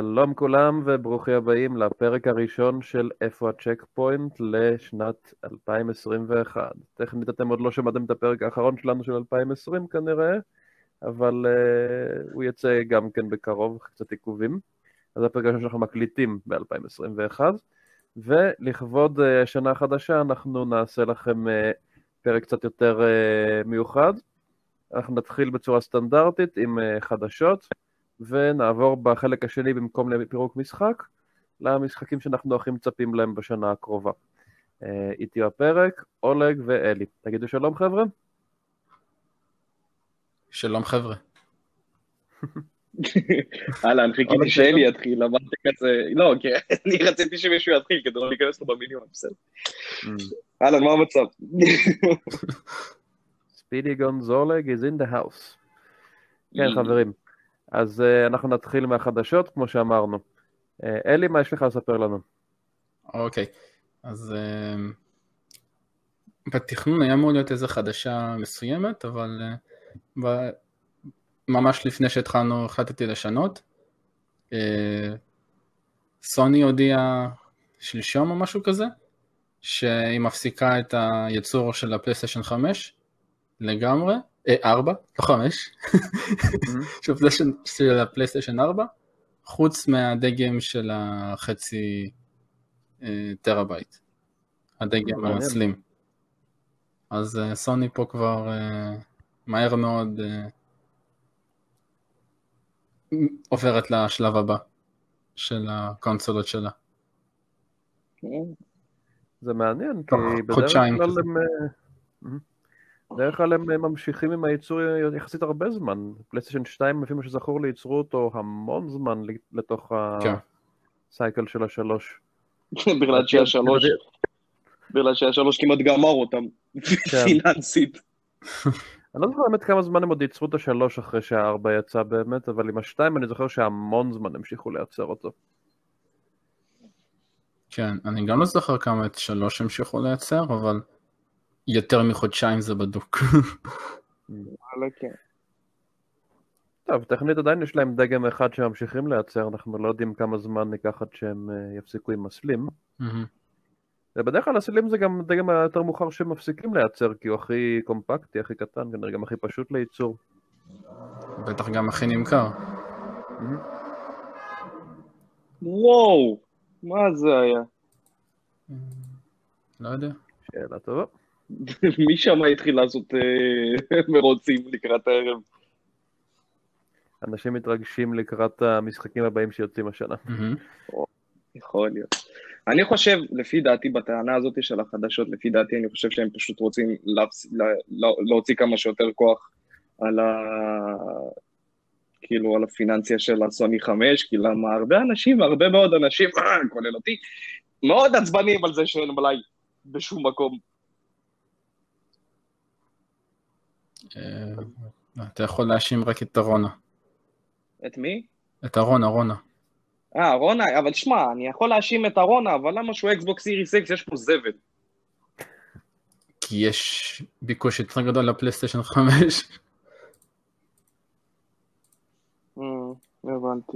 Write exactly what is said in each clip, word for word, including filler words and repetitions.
שלום כולם וברוכים הבאים לפרק הראשון של איפה הצ'ק פוינט לשנת אלפיים עשרים ואחת. טכנית אתם עוד לא שמעתם את הפרק האחרון שלנו של אלפיים עשרים כנראה, אבל uh, הוא יצא גם כן בקרוב, קצת עיכובים. אז הפרק הראשון שאנחנו מקליטים ב-אלפיים עשרים ואחת, ולכבוד uh, שנה חדשה אנחנו נעשה לכם uh, פרק קצת יותר uh, מיוחד. אנחנו נתחיל בצורה סטנדרטית עם uh, חדשות, ונעבור בחלק השני במקום לפירוק משחק, למשחקים שאנחנו הכי מצפים להם בשנה הקרובה. איתי הפרק, אולג ואלי. תגידו שלום חבר'ה. שלום חבר'ה. הלאה, אני חיכיתי שאלי יתחיל, אמרתי כזה, לא, כי אני רציתי שמישהו יתחיל, כדי לא להיכנס לו במיליון, בסדר. הלאה, מה המצב? ספידי גונזולג is in the house. כן חברים. אז uh, אנחנו נתחיל מהחדשות, כמו שאמרנו. Uh, אלי, מה יש לך לספר לנו? אוקיי, אז uh, בתכנון היה אמור להיות איזו חדשה מסוימת, אבל uh, ב... ממש לפני שהתחלנו החלטתי לשנות. Uh, סוני הודיעה שלשום או משהו כזה, שהיא מפסיקה את הייצור של הפלייסטיישן חמש לגמרי, ארבע, לא חמש, של הפלייסטיישן ארבע, חוץ מהדגם של החצי טראבייט, הדגם הסלים. אז סוני פה כבר מהר מאוד עוברת לשלב הבא של הקונסולות שלה. זה מעניין, כי בדרך כלל הם... דרך כלל הם ממשיכים עם הייצור יחסית הרבה זמן. פלייסטיישן שתיים, לפי מה שזכור לי, ייצרו אותו המון זמן לתוך הסייקל של השלוש. בגלל שהשלוש, בגלל שהשלוש כמעט גמר אותם, פיננסית. אני לא זוכר באמת כמה זמן הם עוד ייצרו את השלוש אחרי שהארבע יצא באמת, אבל עם השתיים אני זוכר שהמון זמן המשיכו לייצר אותו. כן, אני גם לא זוכר כמה את שלוש המשיכו לייצר, אבל... יותר מחודשיים זה בדוק. טוב, טכנית עדיין יש להם דגם אחד שממשיכים לייצר, אנחנו לא יודעים כמה זמן ניקח עד שהם יפסיקו עם הסלים. ובדרך כלל הסלים זה גם דגם היותר מאוחר שמפסיקים לייצר, כי הוא הכי קומפקטי, הכי קטן, כנראה גם הכי פשוט לייצור. בטח גם הכי נמכר. וואו, מה זה היה? לא יודע. שאלה טובה. מי שמה התחיל לעשות מרוצים לקראת הערב? אנשים מתרגשים לקראת המשחקים הבאים שיוצאים השנה. יכול להיות. אני חושב, לפי דעתי, בטענה הזאת של החדשות, לפי דעתי, אני חושב שהם פשוט רוצים להוציא כמה שיותר כוח על ה... כאילו, על הפיננסיה של הסוני חמש, כי למה הרבה אנשים, הרבה מאוד אנשים, כולל אותי, מאוד עצבנים על זה שאין מלאי בשום מקום. אתה יכול להאשים רק את הרונה. את מי? את הרונה, רונה. אה, רונה, אבל שמע, אני יכול להאשים את הרונה, אבל למה שהוא אקסבוקס סיריס אקס יש פה זבל? כי יש ביקוש יותר גדול לפלייסטיישן חמש. הבנתי.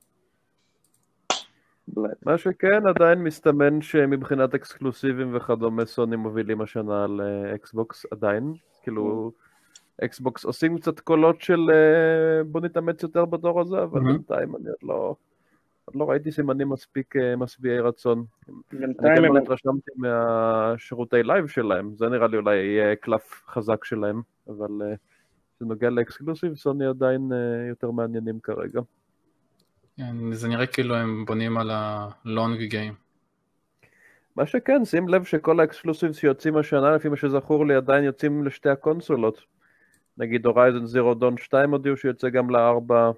מה שכן, עדיין מסתמן שמבחינת אקסקלוסיבים וכדומה סוני מובילים השנה על אקסבוקס עדיין, כאילו אקסבוקס עושים קצת קולות של בוא נתאמץ יותר בדור הזה, אבל בינתיים אני עוד לא לא ראיתי סימנים מספיק משביעי רצון. אני כמובן התרשמתי מהשירותי לייב שלהם, זה נראה לי אולי יהיה קלף חזק שלהם, אבל זה נוגע לאקסקלוסיב, סוני עדיין יותר מעניינים כרגע. זה נראה כאילו הם בונים על הלונג גיים. מה שכן, שים לב שכל האקסקלוסיב שיוצאים השנה, לפי מה שזכור לי, עדיין יוצאים לשתי הקונסולות. נגיד הורייזן זירו דון שתיים הודיעו שיוצא גם לארבע.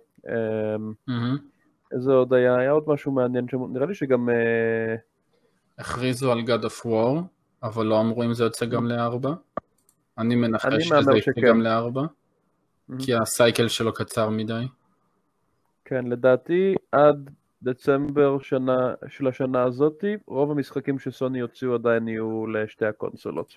איזה עוד היה? היה עוד משהו מעניין, נראה לי שגם... הכריזו על God of War, אבל לא אמרו אם זה יוצא גם לארבע. אני מנחש שזה יוצא גם לארבע, כי הסייקל שלו קצר מדי. כן, לדעתי עד דצמבר שנה, של השנה הזאת, רוב המשחקים שסוני יוציאו עדיין יהיו לשתי הקונסולות.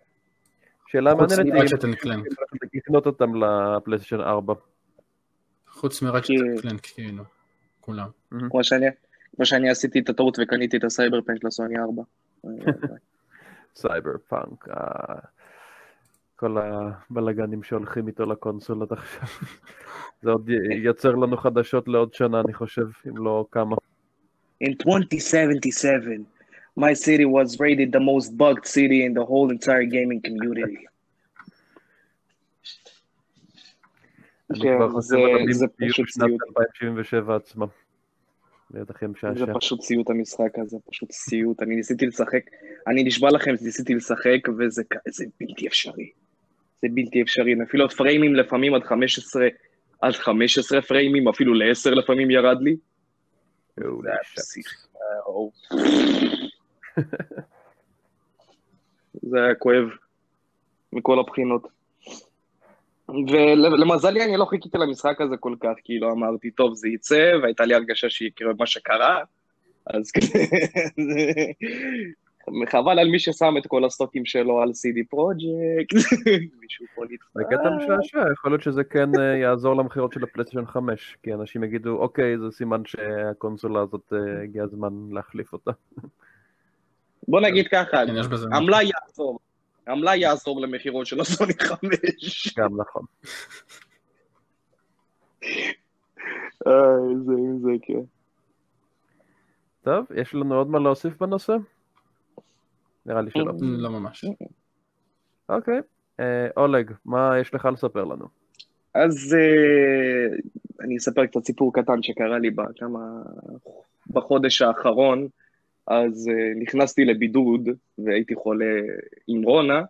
שאלה מעניינת היא לקנות אותם לפלייסטיישן ארבע. חוץ מרצ'ט קלנק, כאילו, כולם. כמו שאני, כמו שאני עשיתי את הטעות וקניתי את הסייבר פאנק לסוני ארבע. סייבר פאנק, כל הבלגנים שהולכים איתו לקונסולות עכשיו. זה עוד ייצר לנו חדשות לעוד שנה, אני חושב, אם לא כמה. In twenty seventy-seven, my city was rated the most bugged city in the whole entire gaming community. אני כבר חושב על הביטוי שנת אלפיים שבעים ושבע עצמם. זה פשוט סיוט המשחק הזה, פשוט סיוט. אני ניסיתי לשחק, אני נשבע לכם, ניסיתי לשחק וזה בלתי אפשרי. זה בלתי אפשרי. אפילו הפריימים לפעמים עד חמש עשרה, עד חמש עשרה פריימים, אפילו ל-עשר לפעמים ירד לי. זה היה פסיך. זה היה כואב מכל הבחינות. ולמזלי אני לא חיכיתי למשחק הזה כל כך, כאילו אמרתי, טוב, זה ייצא, והייתה לי הרגשה שיקרה מה שקרה, אז כזה, חבל על מי ששם את כל הסטוקים שלו על סי די פרוג'קט, מישהו פה נתפע. זה קטע משעשע, יכול להיות שזה כן יעזור למחירות של הפלייסטיישן חמש, כי אנשים יגידו, אוקיי, זה סימן שהקונסולה הזאת הגיע הזמן להחליף אותה. בוא נגיד ככה, המלאי יעזור. המלאי יעזור למחירות של הסוני חמש. גם נכון. איי, זה, זה, כן. טוב, יש לנו עוד מה להוסיף בנושא? נראה לי שלא. לא ממש. אוקיי. אולג, מה יש לך לספר לנו? אז אני אספר קצת סיפור קטן שקרה לי בכמה... בחודש האחרון, אז נכנסתי לבידוד, והייתי חולה עם רונה,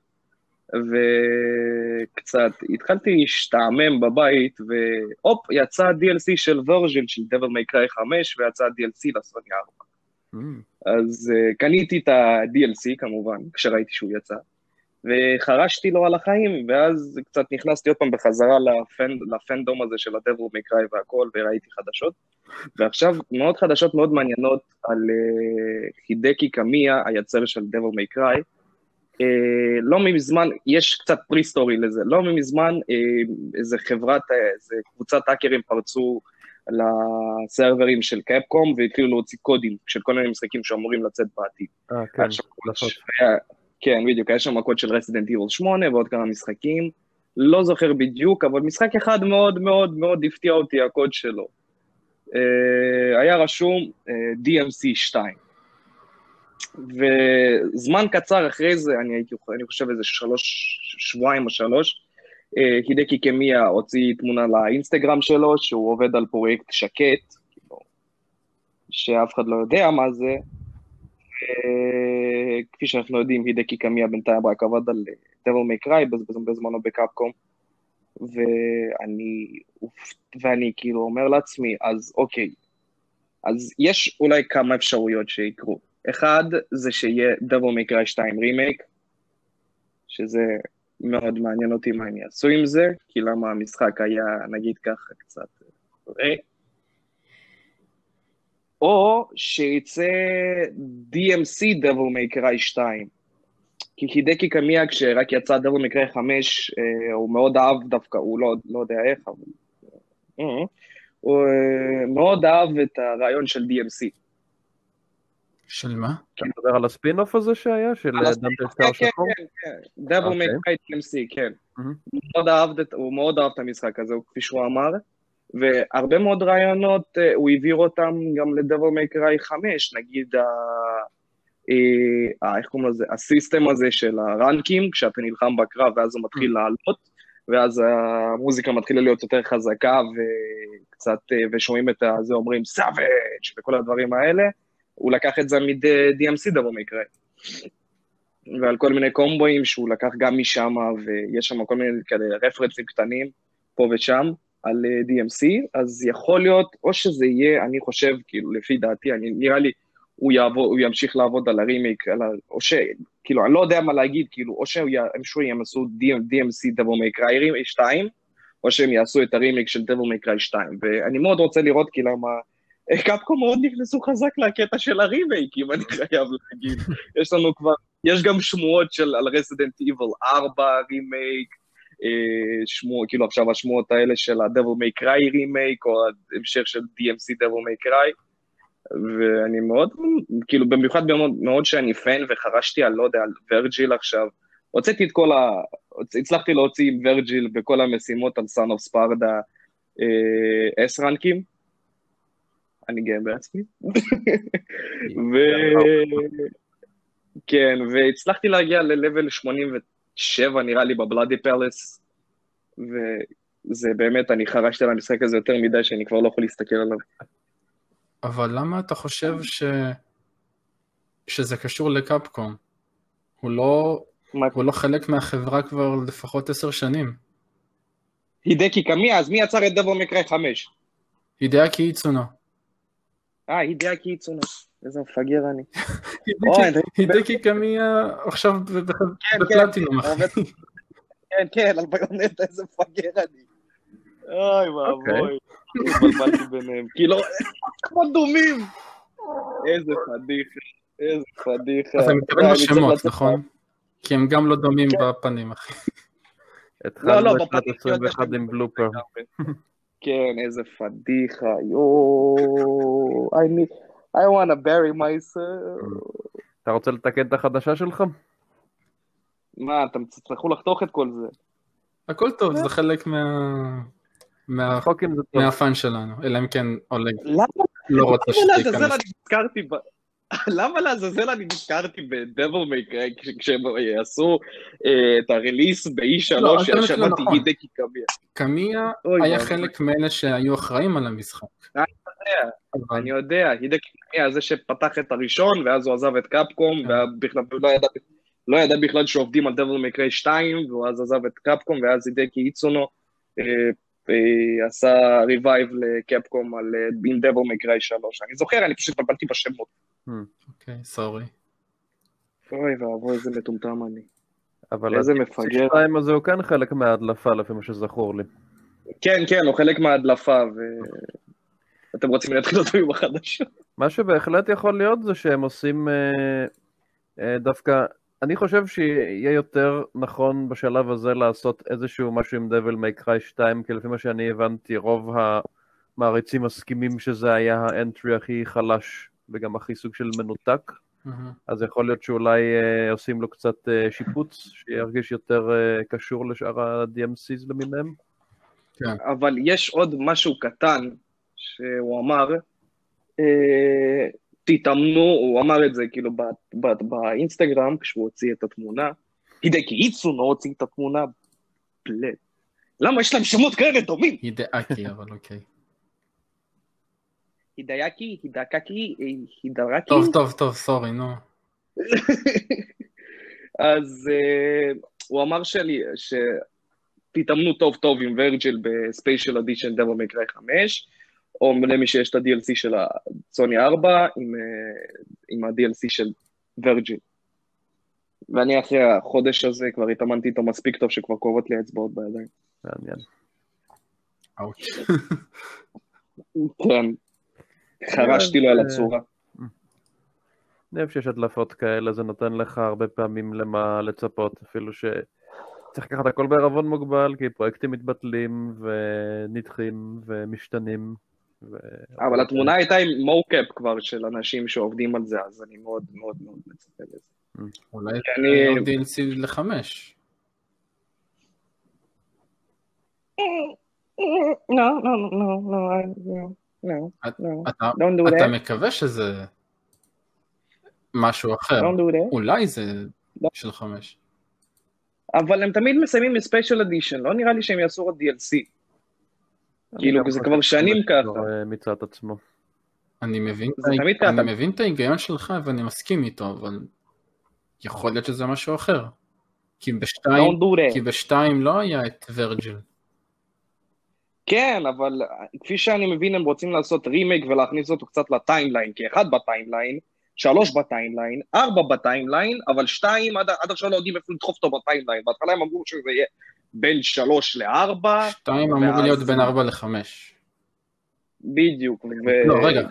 וקצת התחלתי להשתעמם בבית, והופ, יצא די אל סי של ורז'ל של Devil May Cry חמש, ויצא די אל סי לסוני ארבע. Mm. אז uh, קניתי את ה-די אל סי כמובן, כשראיתי שהוא יצא, וחרשתי לו על החיים, ואז קצת נכנסתי עוד פעם בחזרה לפנד, לפנדום הזה של ה-Devil May Cry והכל, וראיתי חדשות, ועכשיו מאוד חדשות מאוד מעניינות על uh, הידקי קמייה, היצר של Devil May Cry, uh, לא מזמן, יש קצת פריסטורי לזה, לא מזמן uh, איזה חברת, איזה קבוצת האקרים פרצו לסרברים של קפקום, והתחילו להוציא קודים של כל מיני משחקים שאמורים לצאת בעתיד. אה, כן, נכון. כן, בדיוק, היה שם קוד של Resident Evil שמונה ועוד כמה משחקים, לא זוכר בדיוק, אבל משחק אחד מאוד מאוד מאוד הפתיע אותי, הקוד שלו. היה רשום די אם סי שתיים. וזמן קצר אחרי זה, אני הייתי, אני חושב איזה שלוש, שבועיים או שלוש, הידקי קמייה הוציא תמונה לאינסטגרם שלו, שהוא עובד על פרויקט שקט, שאף אחד לא יודע מה זה, כפי שאנחנו יודעים, הידקי קמייה בינתיים רק עבד על Devil May Cry, בזמנו בקפקום, ואני, ואני כאילו אומר לעצמי, אז אוקיי, אז יש אולי כמה אפשרויות שיקרו. אחד, זה שיהיה Devil May Cry שתיים רימייק, שזה מאוד מעניין אותי מה הם יעשו עם זה, כי למה המשחק היה, נגיד ככה, קצת ריק. או שיצא די אם סי Devil May Cry שתיים. כי הידקי קמייה, כשרק יצא Devil May Cry חמש, הוא מאוד אהב דווקא, הוא לא, לא יודע איך, אבל... הוא מאוד אהב את הרעיון של די אם סי. של מה? אתה מדבר על הספין-אוף הזה שהיה? של דנטה סטאר שחור? כן, כן, כן. Devil May Cry די אם סי, כן. הוא מאוד אהב את המשחק הזה, כפי שהוא אמר. והרבה מאוד רעיונות, הוא העביר אותם גם ל-Devil May Cry חמש, נגיד, איך קוראים לזה, הסיסטם הזה של הרנקים, כשאתה נלחם בקרב ואז הוא מתחיל לעלות, ואז המוזיקה מתחילה להיות יותר חזקה, וקצת, ושומעים את זה, אומרים סאבג' וכל הדברים האלה, הוא לקח את זה מ-די אם סי Devil May Cry. ועל כל מיני קומבואים שהוא לקח גם משם, ויש שם כל מיני כאלה רפרנסים קטנים, פה ושם, על די אם סי, אז יכול להיות, או שזה יהיה, אני חושב, כאילו, לפי דעתי, אני, נראה לי, הוא, יעבוד, הוא ימשיך לעבוד על הרימיק, על ה, או ש, כאילו, אני לא יודע מה להגיד, כאילו, או שהם יעשו די אם סי Devil May Cry שתיים, או שהם יעשו את הרימיק של Devil May Cry שתיים, ואני מאוד רוצה לראות, כאילו, מה, קפקום מאוד נכנסו חזק לקטע של הרימייקים, אני חייב להגיד, יש לנו כבר, יש גם שמועות של, על Resident Evil ארבע רימייק, שמו, כאילו עכשיו השמועות האלה של ה-Devil May Cry רימייק, או המשך של די אם סי Devil May Cry, ואני מאוד, כאילו במיוחד מאוד, מאוד שאני פן, וחרשתי על, לא יודע, על ורג'יל עכשיו, הוצאתי את כל ה... הצלחתי להוציא עם ורג'יל בכל המשימות על Son of Sparda אס רנקים, אני גאה בעצמי, ו... כן, והצלחתי להגיע ל-level שמונים ושבע נראה לי בבלאדי פלס, וזה באמת, אני חרשתי על המשחק הזה יותר מדי שאני כבר לא יכול להסתכל עליו. אבל למה אתה חושב ש... שזה קשור לקאפקום? הוא לא... הוא לא חלק מהחברה כבר לפחות עשר שנים. הידקי קמיה, אז מי יצר את Devil May Cry חמש? הידאקי איצונו. אה, הידקי איצונו. איזה מפגר אני. הידקי קמיה עכשיו בפלטינום. כן, כן, על ביונטה, איזה מפגר אני. אוי, ואבוי. התבלבלתי ביניהם. כאילו, כמו דומים. איזה פדיחה. איזה פדיחה. אתה מתכוון בשמות, נכון? כי הם גם לא דומים בפנים, אחי. התחלנו בשנת עשרים ואחת עם בלופר. כן, איזה פדיחה, יואו, I need, I want to bury myself. אתה רוצה לתקן את החדשה שלך? מה, אתם צריכו לחתוך את כל זה. הכל טוב, זה חלק מה... מהפן שלנו, אלא אם כן אולג לא רוצה שתיכנס. למה לעזאזל אני נזכרתי ב-Devil May Cry כשהם יעשו את הרליס ב-אי שלוש ששמעתי הידקי קמיה. קמיה היה חלק מאלה שהיו אחראים על המשחק. אני יודע, הידקי קמיה זה שפתח את הראשון ואז הוא עזב את קאפקום ולא ידע בכלל שעובדים על Devil May Cry שתיים והוא אז עזב את קאפקום ואז הידקי איצונו עשה ריווייב לקאפקום על Devil May Cry שלוש. אני זוכר, אני פשוט התבלבלתי בשמות. אוקיי, סורי. אוי ואבוי, איזה מטומטם אני. אבל איזה מפגר. השתיים הזה הוא כאן חלק מההדלפה, לפי מה שזכור לי. כן, כן, הוא חלק מההדלפה, ואתם רוצים להתחיל אותו עם החדש. מה שבהחלט יכול להיות זה שהם עושים דווקא, אני חושב שיהיה יותר נכון בשלב הזה לעשות איזשהו משהו עם Devil May Cry שתיים, כי לפי מה שאני הבנתי, רוב המעריצים מסכימים שזה היה האנטרי הכי חלש, וגם הכי סוג של מנותק, mm-hmm. אז יכול להיות שאולי אה, עושים לו קצת אה, שיפוץ, שירגיש יותר אה, קשור לשאר ה-די אם סיז למיניהם. כן. אבל יש עוד משהו קטן שהוא אמר, אה, תתאמנו, הוא אמר את זה כאילו ב- ב- באינסטגרם, כשהוא הוציא את התמונה, הידקי איצונו הוציא את התמונה, פלט. למה יש להם שמות כאלה דומים? הידאקי, אבל אוקיי. הידאקי, הידקקי, הידרקי. טוב, טוב, טוב, סורי, נו. אז הוא אמר שלי, שתתאמנו טוב טוב עם ורג'יל בספיישל אדישן Devil May Cry חמש, או למי שיש את ה-די אל סי של סוני ארבע, עם ה-די אל סי של ורג'יל. ואני אחרי החודש הזה כבר התאמנתי איתו מספיק טוב, שכבר קרובות לי האצבעות בידיים. מעניין. אאוץ'. כן. חרשתי לו על הצורה. אני חושב שיש הדלפות כאלה, זה נותן לך הרבה פעמים למה לצפות, אפילו שצריך לקחת הכל בערבון מוגבל, כי פרויקטים מתבטלים ונדחים ומשתנים. אבל התמונה הייתה עם מוקאפ כבר של אנשים שעובדים על זה, אז אני מאוד מאוד מאוד מצפה לזה. אולי זה עוד די אל סי לחמש. לא, לא, לא, לא, לא. אתה מקווה שזה משהו אחר, אולי זה של חמש. אבל הם תמיד מסיימים מספיישל אדישן, לא נראה לי שהם יעשו עוד די אל סי. כאילו, זה כבר שנים ככה. מצד עצמו. אני מבין את ההיגיון שלך ואני מסכים איתו, אבל יכול להיות שזה משהו אחר. כי בשתיים לא היה את ורג'יל. כן, אבל כפי שאני מבין, הם רוצים לעשות רימייק ולהכניס אותו קצת לטיימליין, כי אחד בטיימליין, שלוש בטיימליין, ארבע בטיימליין, אבל שתיים, עד, עד עכשיו לא יודעים איפה לדחוף אותו בטיימליין, בהתחלה הם אמרו שזה יהיה בין שלוש לארבע. שתיים אמור ואז... להיות בין ארבע לחמש. בדיוק. ו... לא, רגע.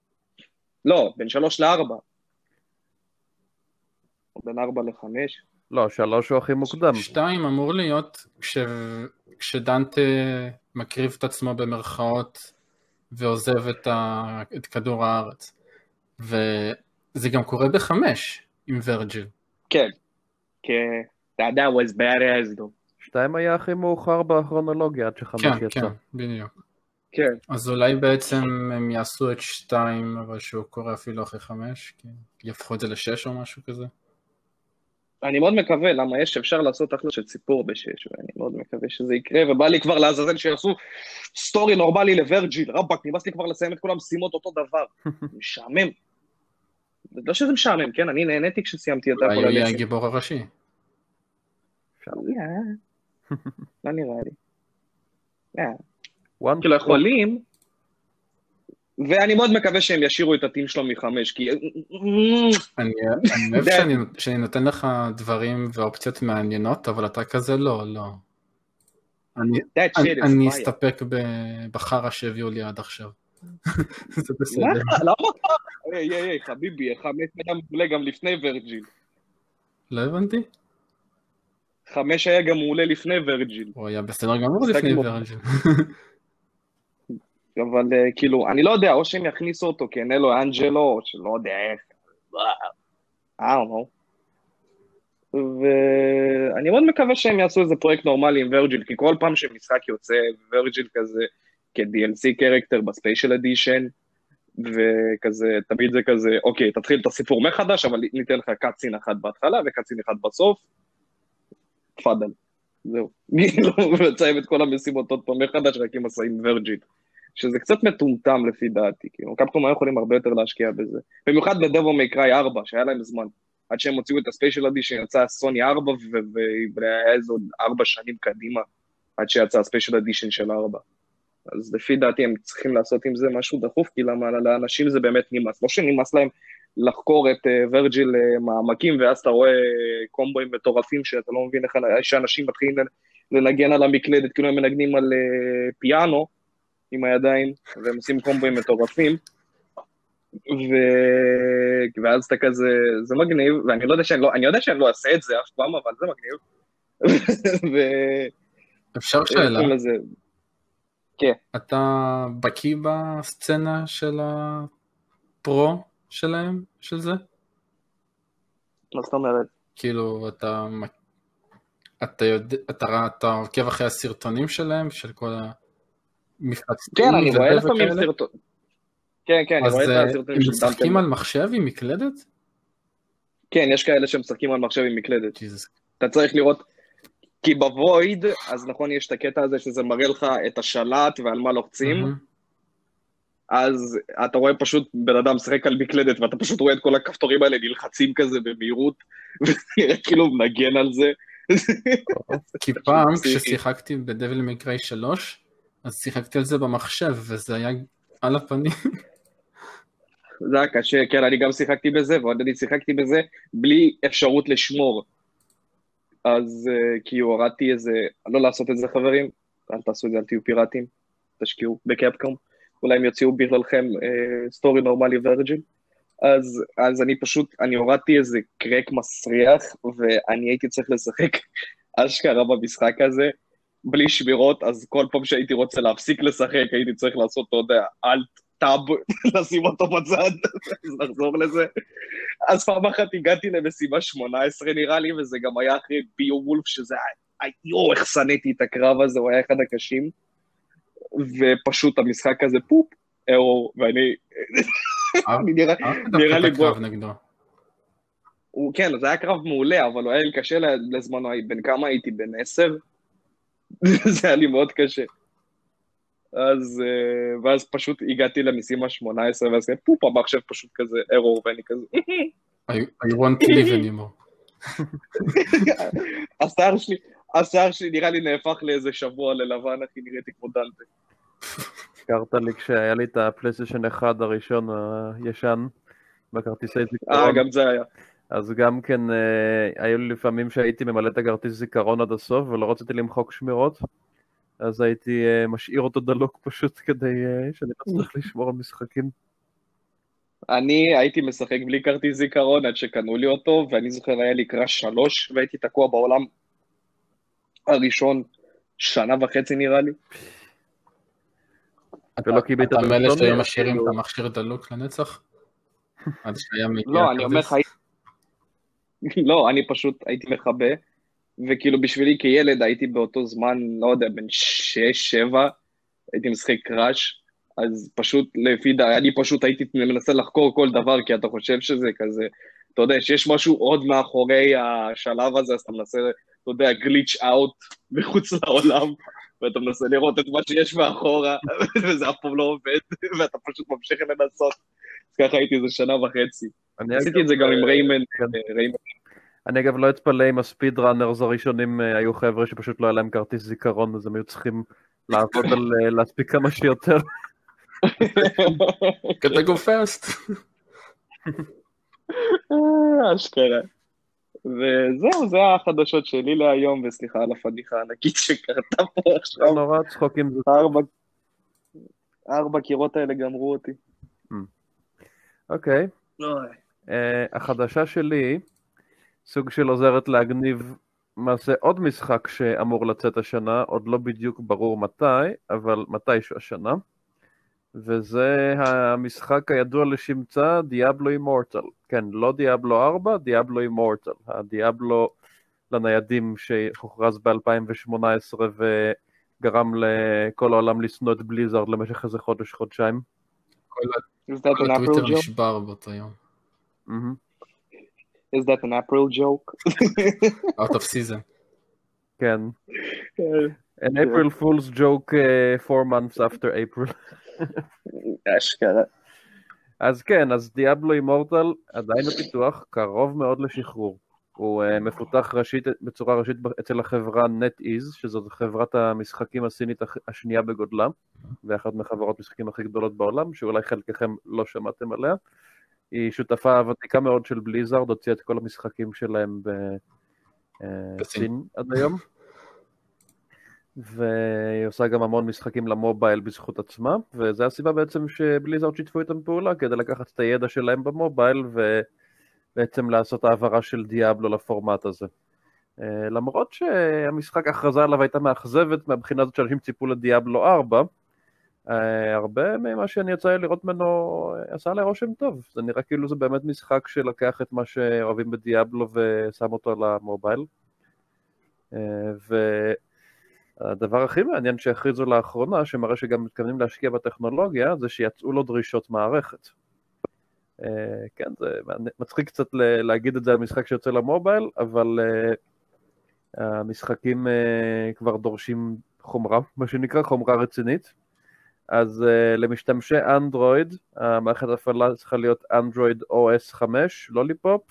לא, בין שלוש לארבע. או בין ארבע לחמש. לא, שלוש הוא הכי מוקדם. שתיים אמור להיות כש... כשדנטה מקריב את עצמו במרכאות ועוזב את, ה... את כדור הארץ. וזה גם קורה בחמש עם ורג'יל. כן, כן, that was badass though. שתיים היה הכי מאוחר בכרונולוגיה עד שחמש כן, יצא. כן, בדיוק. כן. אז אולי בעצם הם יעשו את שתיים, אבל שהוא קורה אפילו אחרי חמש, כי יפכו את זה לשש או משהו כזה. אני מאוד מקווה, למה יש אפשר לעשות אחלה של סיפור בשש, ואני מאוד מקווה שזה יקרה, ובא לי כבר לעזאזל שיעשו סטורי נורמלי לוורג'יל, רבאק, נמאס לי כבר לסיים את כל המשימות אותו דבר. משעמם. לא שזה משעמם, כן? אני נהניתי כשסיימתי אותה. אולי הוא יהיה הגיבור הראשי. לא נראה לי. כאילו יכולים, ואני מאוד מקווה שהם ישירו את הטים שלו מחמש, כי... אני אוהב שאני נותן לך דברים ואופציות מעניינות, אבל אתה כזה לא, לא. אני אסתפק בחרה שהביאו לי עד עכשיו. זה בסדר. למה? היי, היי, חביבי, חמש היה מעולה גם לפני ורג'יל. לא הבנתי? חמש היה גם מעולה לפני ורג'יל. הוא היה בסדר גמור לפני ורג'יל. אבל כאילו, אני לא יודע, או שהם יכניסו אותו כנלו אנג'לו, או שלא יודע איך. I don't know. ואני מאוד מקווה שהם יעשו איזה פרויקט נורמלי עם ורג'יל, כי כל פעם שמשחק יוצא ורג'יל כזה, כ-די אל סי קרקטר בספיישל אדישן, וכזה, תמיד זה כזה, אוקיי, תתחיל את הסיפור מחדש, אבל ניתן לך קאצין אחד בהתחלה וקאצין אחד בסוף, תפאדל. זהו. וצאים את כל המשימות עוד פעם מחדש, רק עם עשה עם ורג'יל. שזה קצת מטומטם לפי דעתי, כאילו, קפקום היו יכולים הרבה יותר להשקיע בזה. במיוחד בדבו מייקראי ארבע, שהיה להם זמן, עד שהם הוציאו את הספיישל אדישן, יצא סוני ארבע, והיה איזה עוד ארבע שנים קדימה, עד שיצא הספיישל אדישן של ארבע. אז לפי דעתי הם צריכים לעשות עם זה משהו דחוף, כי למה לאנשים זה באמת נמאס. לא שנמאס להם לחקור את ורג'יל מעמקים, ואז אתה רואה קומבואים מטורפים, שאתה לא מבין איך שאנשים מתחילים לנגן על המקלדת, כאילו הם מנגנים על פיאנו, עם הידיים, והם עושים קומבואים מטורפים, ו... ואז אתה כזה, זה מגניב, ואני לא יודע שאני לא, אני יודע שאני לא אעשה את זה אף פעם, אבל זה מגניב. ו... אפשר שאלה? לזה... כן. אתה בקיא בסצנה של הפרו שלהם, של זה? מה זאת אומרת? כאילו, אתה, אתה יודע, אתה, אתה עוקב אחרי הסרטונים שלהם, של כל ה... מפלצתים. כן, אני רואה לפעמים סרטון. כן, כן, אני רואה את הסרטונים. אז הם משחקים על מחשב עם מקלדת? כן, יש כאלה שמשחקים על מחשב עם מקלדת. אתה צריך לראות, כי בוויד, אז נכון, יש את הקטע הזה שזה מראה לך את השלט ועל מה לוחצים, אז אתה רואה פשוט בן אדם משחק על מקלדת, ואתה פשוט רואה את כל הכפתורים האלה נלחצים כזה במהירות, וכאילו מנגן על זה. כי פעם, כששיחקתי בדביל מיי קריי שלוש, אז שיחקתי על זה במחשב, וזה היה על הפנים. זה היה קשה, כן, אני גם שיחקתי בזה, ועוד אני שיחקתי בזה בלי אפשרות לשמור. אז כי הורדתי איזה, לא לעשות את זה חברים, אל תעשו את זה, אל תהיו פיראטים, תשקיעו בקפקום, אולי הם יוציאו בכללכם סטורי נורמלי ורג'יל. אז, אז אני פשוט, אני הורדתי איזה קרק מסריח, ואני הייתי צריך לשחק אשכרה במשחק הזה, בלי שמירות, אז כל פעם שהייתי רוצה להפסיק לשחק, הייתי צריך לעשות, אתה יודע, אלט, טאב, לשים אותו בצד, אז לחזור לזה. אז פעם אחת הגעתי למשימה שמונה עשרה נראה לי, וזה גם היה אחרי ביו וולף, שזה היה, יו, איך שנאתי את הקרב הזה, הוא היה אחד הקשים, ופשוט המשחק הזה, פופ, אירו, ואני, נראה לי בוא... כן, זה היה קרב מעולה, אבל הוא היה לי קשה לזמנו, בין כמה הייתי, בין עשר, זה היה לי מאוד קשה. אז, ואז פשוט הגעתי למשימה שמונה עשרה, ואז כזה, פופ, המחשב פשוט כזה, אירור, ואני כזה, I want to live anymore. השיער שלי, השיער שלי נראה לי נהפך לאיזה שבוע ללבן, אחי, נראיתי כמו דנטה. הזכרת לי כשהיה לי את הפלייסטיישן אחד הראשון הישן, בכרטיסי זיכרון. אה, גם זה היה. אז גם כן, היו לי לפעמים שהייתי ממלא את הכרטיס זיכרון עד הסוף, ולא רציתי למחוק שמירות, אז הייתי משאיר אותו דלוק פשוט כדי שאני לא צריך לשמור על משחקים. אני הייתי משחק בלי כרטיס זיכרון עד שקנו לי אותו, ואני זוכר היה לי קראש שלוש, והייתי תקוע בעולם הראשון שנה וחצי נראה לי. ולא קיבלת אתה מאלה הראשון, שהיום או משאירים כאילו- את המכשיר דלוק לנצח? עד שהיה מגיע לא, אני אומר לך, הכרטיס? לא, אני פשוט הייתי מכבה, וכאילו בשבילי כילד הייתי באותו זמן, לא יודע, בן שש, שבע, הייתי משחק קראש, אז פשוט לפי דעתי, אני פשוט הייתי מנסה לחקור כל דבר, כי אתה חושב שזה כזה, אתה יודע, שיש משהו עוד מאחורי השלב הזה, אז אתה מנסה, אתה יודע, גליץ' אאוט מחוץ לעולם, ואתה מנסה לראות את מה שיש מאחורה, וזה אף פעם לא עובד, ואתה פשוט ממשיך לנסות. אז ככה הייתי איזה שנה וחצי. אני עשיתי אגב, את זה גם עם ריימן, כן. ריימן. אני אגב לא אתפלא אם הספיד ראנרס הראשונים אה, היו חבר'ה שפשוט לא היה להם כרטיס זיכרון, אז הם היו צריכים לעבוד על אה, להספיק כמה שיותר. gotta go fast. אשכרה. וזהו, זה החדשות שלי להיום, וסליחה על הפדיחה הענקית שקרתה פה לא עכשיו. נורא, צחוקים זה... ארבע, ארבע קירות האלה גמרו אותי. אוקיי. אה, החדשה שלי, סוג של עוזרת להגניב מעשה עוד משחק שאמור לצאת השנה, עוד לא בדיוק ברור מתי, אבל מתישהו השנה. וזה המשחק הידוע לשמצה, דיאבלו אימורטל. כן, לא דיאבלו ארבע, דיאבלו אימורטל. הדיאבלו לניידים שהוכרז ב-אלפיים שמונה עשרה וגרם לכל העולם לשנוא את בליזארד למשך איזה חודש, חודשיים. כל Is that an April הטוויטר joke? נשבר באותו יום. מהמם. Is that an April joke? out of season. כן. An April Fool's joke uh, four months after April. אשכרה. אז כן, אז דיאבלו אימורטל עדיין בפיתוח, קרוב מאוד לשחרור. הוא uh, מפותח ראשית, בצורה ראשית אצל החברה NetEase, שזאת חברת המשחקים הסינית הח- השנייה בגודלה, ואחת מחברות משחקים הכי גדולות בעולם, שאולי חלקכם לא שמעתם עליה. היא שותפה ותיקה מאוד של בליזארד, הוציאה את כל המשחקים שלהם בסין עד היום. והיא עושה גם המון משחקים למובייל בזכות עצמה, וזו הסיבה בעצם שבליזארד שיתפו איתם פעולה, כדי לקחת את הידע שלהם במובייל, ובעצם לעשות העברה של דיאבלו לפורמט הזה. למרות שהמשחק ההכרזה עליו הייתה מאכזבת, מהבחינה הזאת שאנשים ציפו לדיאבלו ארבע, הרבה ממה שאני יצא לראות ממנו עשה לי רושם טוב. זה נראה כאילו זה באמת משחק שלקח את מה שאוהבים בדיאבלו ושם אותו למובייל. ו... הדבר הכי מעניין שהכריזו לאחרונה, שמראה שגם מתכוונים להשקיע בטכנולוגיה, זה שיצאו לו דרישות מערכת. כן, זה מצחיק קצת להגיד את זה על משחק שיוצא למובייל, אבל המשחקים כבר דורשים חומרה, מה שנקרא חומרה רצינית. אז למשתמשי אנדרואיד, המערכת הפעלה צריכה להיות אנדרואיד או אס חמש, לוליפופ.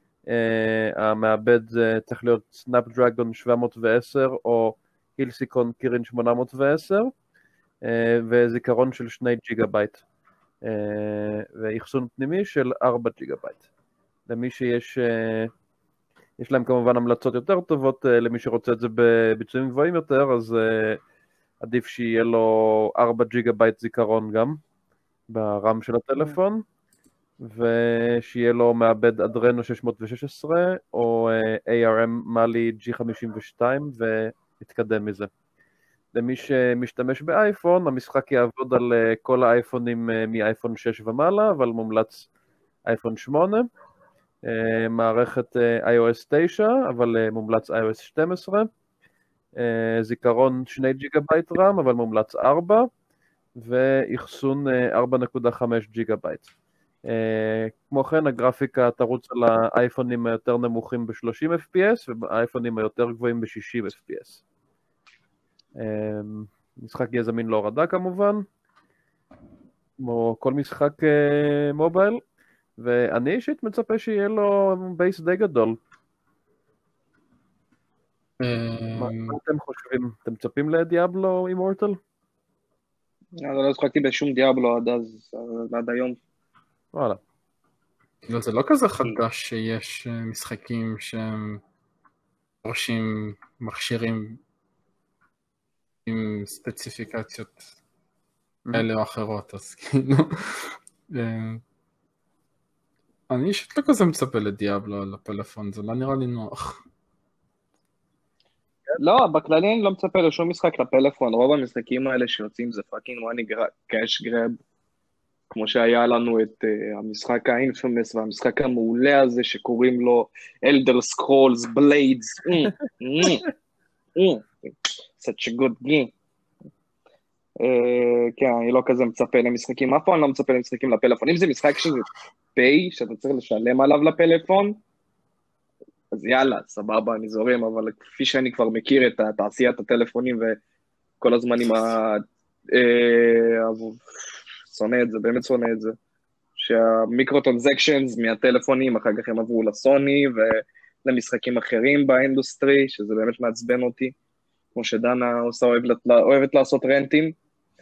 המעבד צריך להיות סנאפדרגון שבע מאות ועשר או הילסיקון קירין שמונה מאות ועשר, וזיכרון של שני ג'יגה בייט, ואחסון פנימי של ארבע ג'יגה בייט. למי שיש, יש להם כמובן המלצות יותר טובות, למי שרוצה את זה בביצועים גבוהים יותר, אז עדיף שיהיה לו ארבע ג'יגה בייט זיכרון גם, ברם של הטלפון, ושיהיה לו מעבד אדרנו שש מאות ושש עשרה, או איי אר אם מאלי ג'י חמישים ושתיים, ו... התקדם מזה. למי שמשתמש באייפון, המשחק יעבוד על כל האייפונים מאייפון שש ומעלה, אבל מומלץ אייפון שמונה, מערכת איי או אס תשע, אבל מומלץ איי או אס שתים עשרה, זיכרון שני ג'יגה בייט רם, אבל מומלץ ארבע, ואחסון ארבע נקודה חמש ג'יגה בייט. כמו כן, הגרפיקה תרוץ על האייפונים היותר נמוכים ב-שלושים אף פי אס, והאייפונים היותר גבוהים ב-שישים אף פי אס. משחק יהיה זמין להורדה כמובן, כמו כל משחק מובייל, ואני אישית מצפה שיהיה לו בייס די גדול. מה אתם חושבים? אתם מצפים לדיאבלו אימורטל? אני לא שחקתי בשום דיאבלו עד אז, עד היום. וואלה. לא, זה לא כזה חדש שיש משחקים שהם דורשים מכשירים עם ספציפיקציות כאלה או אחרות, אז כאילו אני אישית לא כזה מצפה לדיאבלו על הפלאפון, זה לא נראה לי נוח. לא, בכללי אני לא מצפה לשום משחק לפלאפון, רוב המשחקים האלה שיוצאים זה פאקינג מאני קאש גרב, כמו שהיה לנו את uh, המשחק האינפמס והמשחק המעולה הזה שקוראים לו Elder Scrolls Blades, mm, mm, mm, such a good game. Uh, כן, אני לא כזה מצפה למשחקים, אף פעם אני לא מצפה למשחקים לפלאפון, אם זה משחק שזה פיי, שאתה צריך לשלם עליו לפלאפון, אז יאללה, סבבה, אני זורם, אבל כפי שאני כבר מכיר את תעשיית הטלפונים וכל הזמן עם ה... שונא את זה, באמת שונא את זה, שהמיקרו-טרנזקשנס מהטלפונים אחר כך הם עברו לסוני ולמשחקים אחרים באינדוסטרי, שזה באמת מעצבן אותי, כמו שדנה עושה אוהבת לעשות רנטים,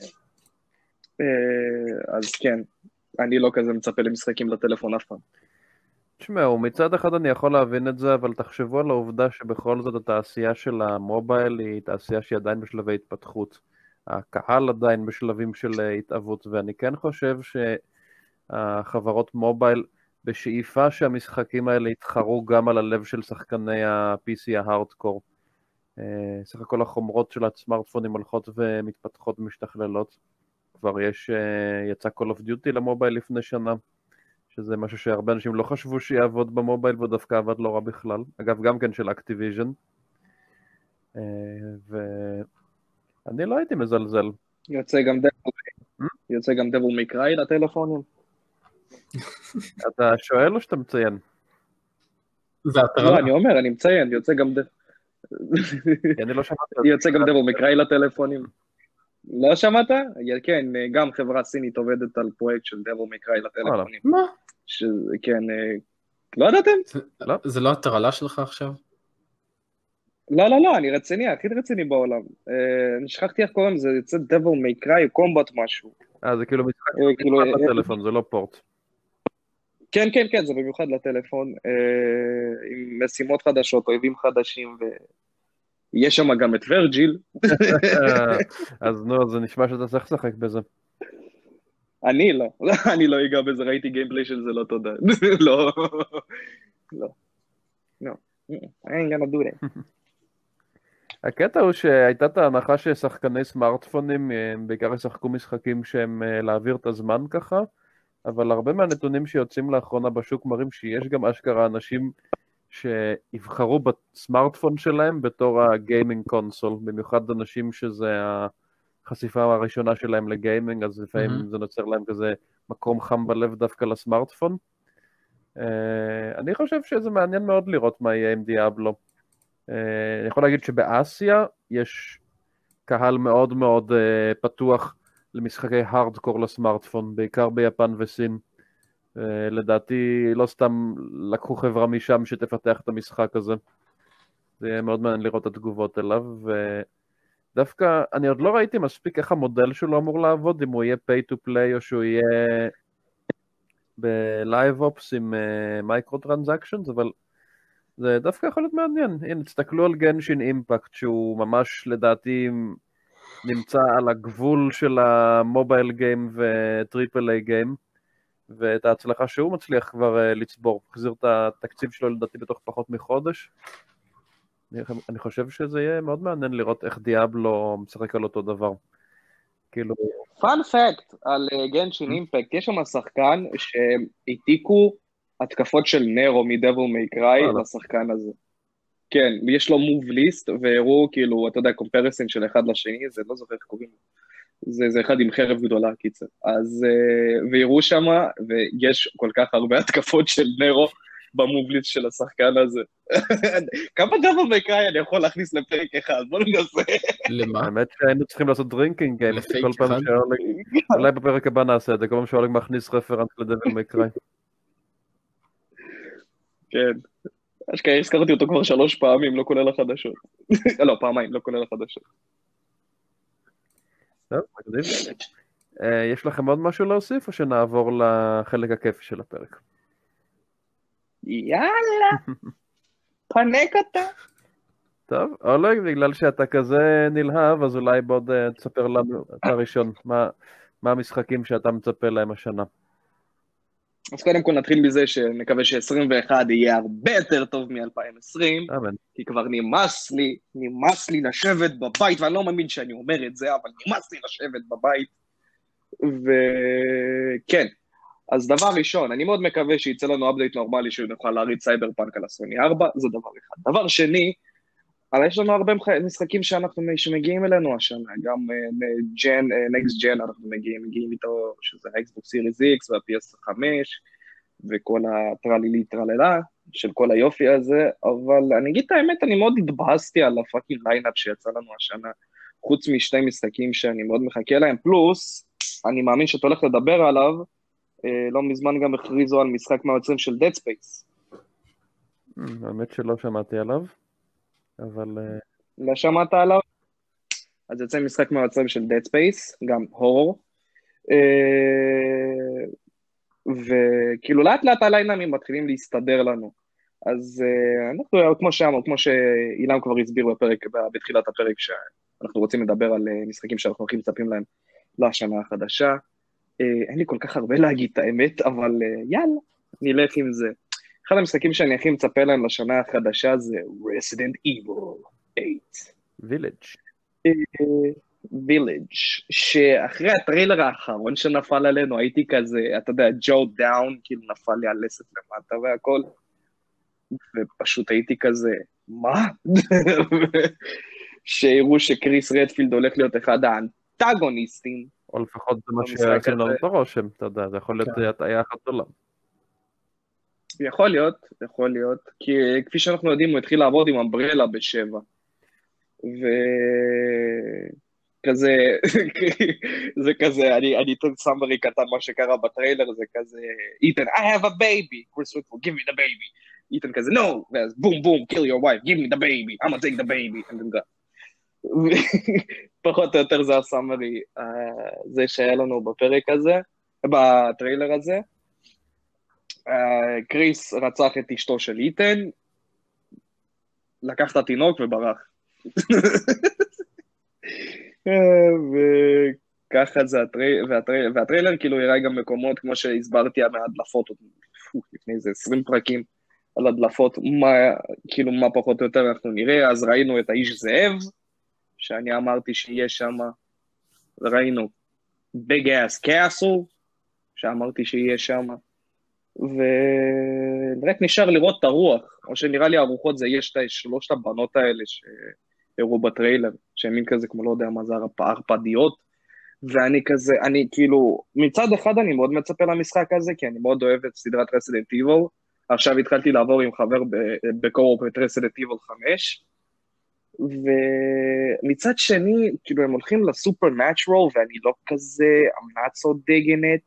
אז כן, אני לא כזה מצפה למשחקים לטלפון אף פעם. תשמעו, מצד אחד אני יכול להבין את זה, אבל תחשבו על העובדה שבכל זאת התעשייה של המובייל היא תעשייה שהיא עדיין בשלבי התפתחות. הקהל עדיין בשלבים של התאבות, ואני כן חושב שהחברות מובייל בשאיפה שהמשחקים האלה יתחרו גם על הלב של שחקני ה-פי סי ההארדקור. סך הכל החומרות של הסמארטפונים הולכות ומתפתחות ומשתכללות. כבר יש, יצא Call of Duty למובייל לפני שנה, שזה משהו שהרבה אנשים לא חשבו שיעבוד במובייל, ודווקא עבד לא רע בכלל. אגב, גם כן של אקטיביז'ן. ואני לא הייתי מזלזל. יוצא גם Devil, יוצא גם Devil May Cry לטלפונים. אתה שואל או שאתה מציין? זה הטרלה. לא, אני אומר, אני מציין, יוצא גם... אני לא שמעתי. יוצא גם Devil May Cry לטלפונים. לא שמעת? כן, גם חברה סינית עובדת על פרויקט של Devil May Cry לטלפונים. מה? כן, לא ידעתם? זה לא הטרלה שלך עכשיו? לא, לא, לא, אני רציני, הכי רציני בעולם. אני שכחתי איך קוראים, זה יוצא Devil May Cry, קומבט משהו. אה, זה כאילו משחק בטלפון, זה לא פורט. כן, כן, כן, זה במיוחד לטלפון, עם משימות חדשות, אויבים חדשים, ויש שם גם את ורג'יל. אז נו, זה נשמע שאתה צריך לשחק בזה. אני לא, אני לא אגע בזה, ראיתי גיימפליי של זה, לא תודה. לא, לא, לא, I ain't gonna do that. הקטע הוא שהייתה את ההנחה ששחקני סמארטפונים בעיקר ישחקו משחקים שהם להעביר את הזמן ככה, אבל הרבה מהנתונים שיוצאים לאחרונה בשוק מראים שיש גם אשכרה אנשים שיבחרו בסמארטפון שלהם בתור הגיימינג קונסול, במיוחד אנשים שזה החשיפה הראשונה שלהם לגיימינג, אז לפעמים mm-hmm. זה נוצר להם כזה מקום חם בלב דווקא לסמארטפון. אני חושב שזה מעניין מאוד לראות מה יהיה עם דיאבלו. אני יכול להגיד שבאסיה יש קהל מאוד מאוד פתוח למשחקי הארדקור לסמארטפון, בעיקר ביפן וסין. לדעתי לא סתם לקחו חברה משם שתפתח את המשחק הזה. זה יהיה מאוד מעניין לראות את התגובות אליו, ודווקא אני עוד לא ראיתי מספיק איך המודל שלו אמור לעבוד, אם הוא יהיה pay to play או שהוא יהיה ב-live ops עם micro transactions, אבל זה דווקא יכול להיות מעניין. הנה, תסתכלו על גנשין אימפקט, שהוא ממש לדעתי נמצא על הגבול של המובייל גיים וטריפל איי גיים, ואת ההצלחה שהוא מצליח כבר לצבור. החזיר את התקציב שלו לדעתי בתוך פחות מחודש. אני חושב שזה יהיה מאוד מעניין לראות איך דיאבלו משחק על אותו דבר. כאילו... פאנ פקט על גנשין אימפקט, יש שם שחקן שהעתיקו התקפות של נרו מדבל מיי קריי לשחקן הזה. כן, יש לו מוב ליסט, והראו כאילו, אתה יודע, קומפרסן של אחד לשני, זה לא זוכר איך קוראים. זה, זה אחד עם חרב גדולה, קיצר. אז, והראו שמה, ויש כל כך הרבה התקפות של נרו במוב ליסט של השחקן הזה. כמה דבל מיי קריי אני יכול להכניס לפרק אחד? בוא ננסה. למה? האמת שהיינו צריכים לעשות דרינקינג גיים, כל פעם שאולי, אולי בפרק הבא נעשה את זה, כל פעם שאולי מכניס רפרנס לדבל מיי קריי. כן. אשכרה הזכרתי אותו כבר שלוש פעמים, לא כולל החדשות. לא, פעמיים, לא כולל החדשות. טוב, מקדים. יש לכם עוד משהו להוסיף, או שנעבור לחלק הכיפי של הפרק? יאללה, פנק אותה. טוב, אולי, בגלל שאתה כזה נלהב, אז אולי בעוד תספר לנו את הראשון, מה המשחקים שאתה מצפה להם השנה? אז קודם כל נתחיל מזה שנקווה ש-עשרים ואחת יהיה הרבה יותר טוב מ-אלפיים עשרים, אמן. כי כבר נמאס לי, נמאס לי לשבת בבית, ואני לא מאמין שאני אומר את זה, אבל נמאס לי לשבת בבית. וכן, אז דבר ראשון, אני מאוד מקווה שיצא לנו אפדייט נורמלי שנוכל להריץ סייבר פאנק על הסוני ארבע, זה דבר אחד. דבר שני, אבל יש לנו הרבה משחקים שאנחנו, שמגיעים אלינו השנה, גם ג'ן, נקסט ג'ן אנחנו מגיעים, מגיעים איתו, שזה האקסבוקס סיריס איקס וה-פי אס חמש, וכל הטרלילי טרללה של כל היופי הזה, אבל אני אגיד את האמת, אני מאוד התבאסתי על הפאקינג ליינאפ שיצא לנו השנה, חוץ משתי משחקים שאני מאוד מחכה להם, פלוס, אני מאמין שאתה הולך לדבר עליו, לא מזמן גם הכריזו על משחק מהיוצרים של Dead Space. האמת שלא שמעתי עליו. אבל... לא שמעת עליו? אז יוצא משחק מהיוצרים של Dead Space, גם הורור. וכאילו לאט לאט הליינאפים מתחילים להסתדר לנו. אז אנחנו, כמו שאמר, כמו שאילם כבר הסביר בפרק, בתחילת הפרק, שאנחנו רוצים לדבר על משחקים שאנחנו הכי מצפים להם לשנה החדשה. אין לי כל כך הרבה להגיד את האמת, אבל יאללה, נלך עם זה. אחד המשחקים שאני הכי מצפה להם לשנה החדשה זה Resident Evil שמונה. Village. Village, שאחרי הטריילר האחרון שנפל עלינו, הייתי כזה, אתה יודע, ג'ו דאון, כאילו נפל לי על לסת למטה והכל, ופשוט הייתי כזה, מה? שהראו שקריס רדפילד הולך להיות אחד האנטגוניסטים. או לפחות זה מה שעשינו לנו את הרושם, אתה יודע, זה יכול להיות הטעיה אחת עולם. יכול להיות, יכול להיות, כי כפי שאנחנו יודעים, הוא התחיל לעבוד עם אמברלה בשבע. וכזה, זה כזה, אני, אני אתן סמרי קטן מה שקרה בטריילר, זה כזה, איתן, I have a baby, Chris Redfield, give me the baby. איתן כזה, no, ואז בום בום, kill your wife, give me the baby, I'm gonna take the baby. פחות או יותר זה הסמרי, זה שהיה לנו בפרק הזה, בטריילר הזה. קריס רצח את אשתו של איתן, לקח את התינוק וברח. וככה זה הטריילר, והטריילר כאילו יראה גם מקומות, כמו שהסברתי מהדלפות, לפני איזה עשרים פרקים על הדלפות, כאילו מה פחות או יותר אנחנו נראה, אז ראינו את האיש זאב, שאני אמרתי שיהיה שם, ראינו Big Ass Castle, שאמרתי שיהיה שם, ורק נשאר לראות את הרוח, או שנראה לי הרוחות זה יש את שלושת הבנות האלה שהראו בטריילר, שהן מין כזה כמו לא יודע מה זה הרפדיות, ואני כזה, אני כאילו, מצד אחד אני מאוד מצפה למשחק הזה, כי אני מאוד אוהב את סדרת Resident Evil, עכשיו התחלתי לעבור עם חבר בקורפ את Resident Evil חמש, ומצד שני, כאילו הם הולכים לסופרנטורל, ואני לא כזה, I'm not so digging it,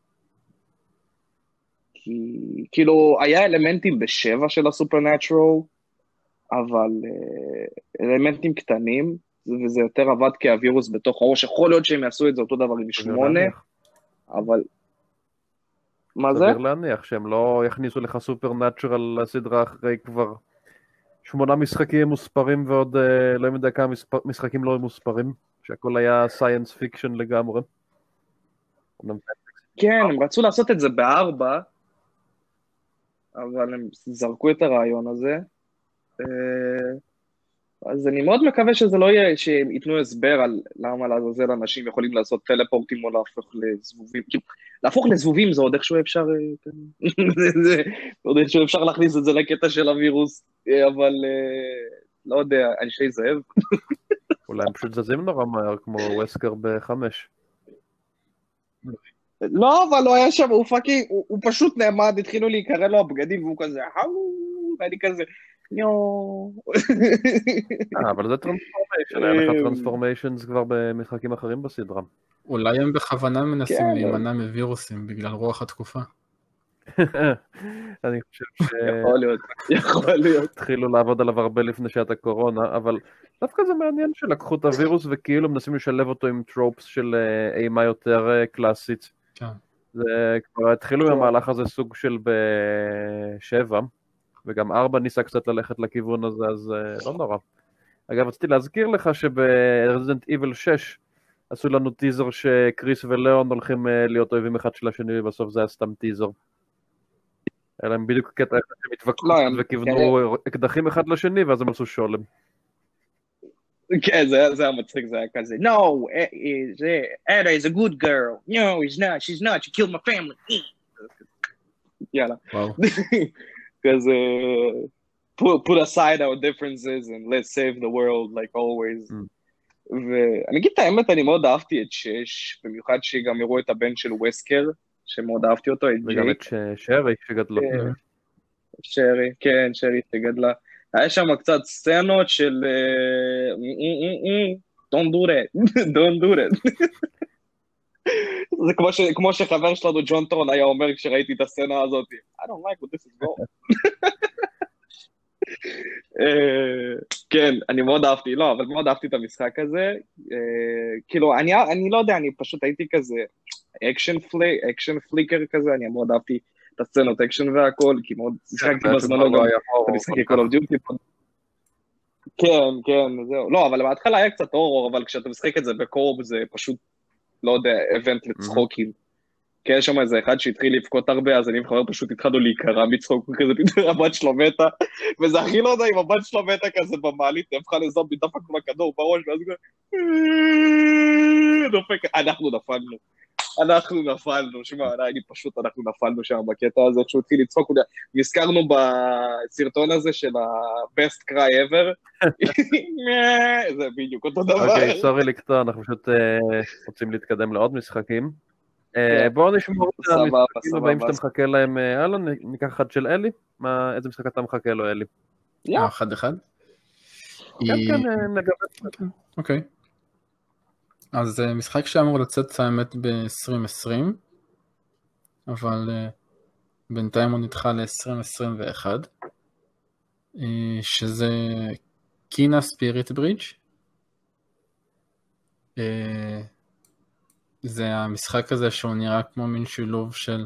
כי כאילו היה אלמנטים בשבע של הסופרנטורל, אבל אלמנטים קטנים, וזה יותר עבד כאווירוס בתוך הראש, יכול להיות שהם יעשו את זה אותו דבר עם שמונה, אבל... מה זה? סביר להניח שהם לא יכניסו לך סופרנטורל לסדרה אחרי כבר שמונה משחקים מוספרים ועוד לא יודע כמה משחקים לא מוספרים, שהכל היה סיינס פיקשן לגמרי. כן, הם רצו לעשות את זה בארבע, אבל הם זרקו את הרעיון הזה. אז אני מאוד מקווה שזה לא יהיה, שהם ייתנו הסבר על למה לעזאזל אנשים יכולים לעשות טלפורטים או להפוך לזבובים. להפוך לזבובים זה עוד איכשהו אפשר, זה עוד איכשהו אפשר להכניס את זה לקטע של הווירוס, אבל לא יודע, אני שלי זאב. אולי הם פשוט זזים נורא מהר, כמו וסקר בחמש. לא, אבל הוא היה שם, הוא פאקינג, הוא פשוט נעמד, התחילו להיקרא לו הבגדים, והוא כזה, האו, ואני כזה, יואו. אה, אבל זה טרנספורמיישן, היה לך טרנספורמיישנס כבר במשחקים אחרים בסדרה. אולי הם בכוונה מנסים להימנע מווירוסים בגלל רוח התקופה. אני חושב ש... יכול להיות, יכול להיות. התחילו לעבוד עליו הרבה לפני שעת הקורונה, אבל דווקא זה מעניין שלקחו את הווירוס וכאילו מנסים לשלב אותו עם טרופס של אימה יותר קלאסית. זה כבר התחילו עם המהלך הזה סוג של בשבע, וגם ארבע ניסה קצת ללכת לכיוון הזה, אז לא נורא. אגב, רציתי להזכיר לך שב-Resident Evil שש עשו לנו טיזר שקריס ולאון הולכים להיות אויבים אחד של השני, ובסוף זה היה סתם טיזר. היה להם בדיוק קטע אחד שהם התווכחו לא, הם- וכיוונו אקדחים אחד לשני, ואז הם עשו שולם. כן, זה זה היה מצחיק, זה היה כזה, no, Ada is a good girl, no, he's not, she's not, she killed my family. יאללה. וואו. כזה, put, put aside our differences and let's save the world like always. Mm. ואני אגיד את האמת, אני מאוד אהבתי את שש, במיוחד שגם הראו את הבן של וסקר, שמאוד אהבתי אותו, את וגם ג'ייק. את ש- שרי שגדלו. כן. שרי, כן, שרי שגדלה. היה שם קצת סצנות של אה, "Mm, mm, mm, don't do that, don't do that. זה כמו, ש, כמו שחבר שלנו ג'ון טרון היה אומר כשראיתי את הסצנה הזאת, I don't like what this is going. אה, כן, אני מאוד אהבתי, לא, אבל מאוד אהבתי את המשחק הזה. אה, כאילו, אני, אני לא יודע, אני פשוט הייתי כזה אקשן פלי, אקשן פליקר כזה, אני מאוד אהבתי את הסצנות אקשן והכל, כי מאוד שיחקתי בזמנו גם את המשחקי Call of Duty. כן, כן, זהו. לא, אבל בהתחלה היה קצת אורור, אבל כשאתה משחק את זה בקורב זה פשוט, לא יודע, אבנט לצחוקים. כי יש שם איזה אחד שהתחיל לבכות הרבה, אז אני וחבר פשוט התחלנו להיקרע מצחוק, כזה פתאום הבת שלו מתה, וזה הכי לא יודע אם הבת שלו מתה כזה במעלית, הפכה לזומבי, דפק לו כדור בראש, ואז הוא דופק, אנחנו נפלנו. אנחנו נפלנו, שמע, אני פשוט, אנחנו נפלנו שם בקטע הזה, כשהוא התחיל לצחוק, נזכרנו בסרטון הזה של ה-best cry ever, זה בדיוק אותו דבר. אוקיי, סורי לקטוע, אנחנו פשוט רוצים להתקדם לעוד משחקים. בואו נשמור את המשחקים הבאים שאתה מחכה להם. אלון, ניקח אחד של אלי, איזה משחק אתה מחכה לו, אלי? אחד אחד? כן, כן, נגבי. אוקיי. אז משחק שאמור לצאת האמת ב-עשרים עשרים, אבל בינתיים הוא נדחה ל-עשרים עשרים ואחת, שזה קינה ספיריט ברידג'. זה המשחק הזה שהוא נראה כמו מין שילוב של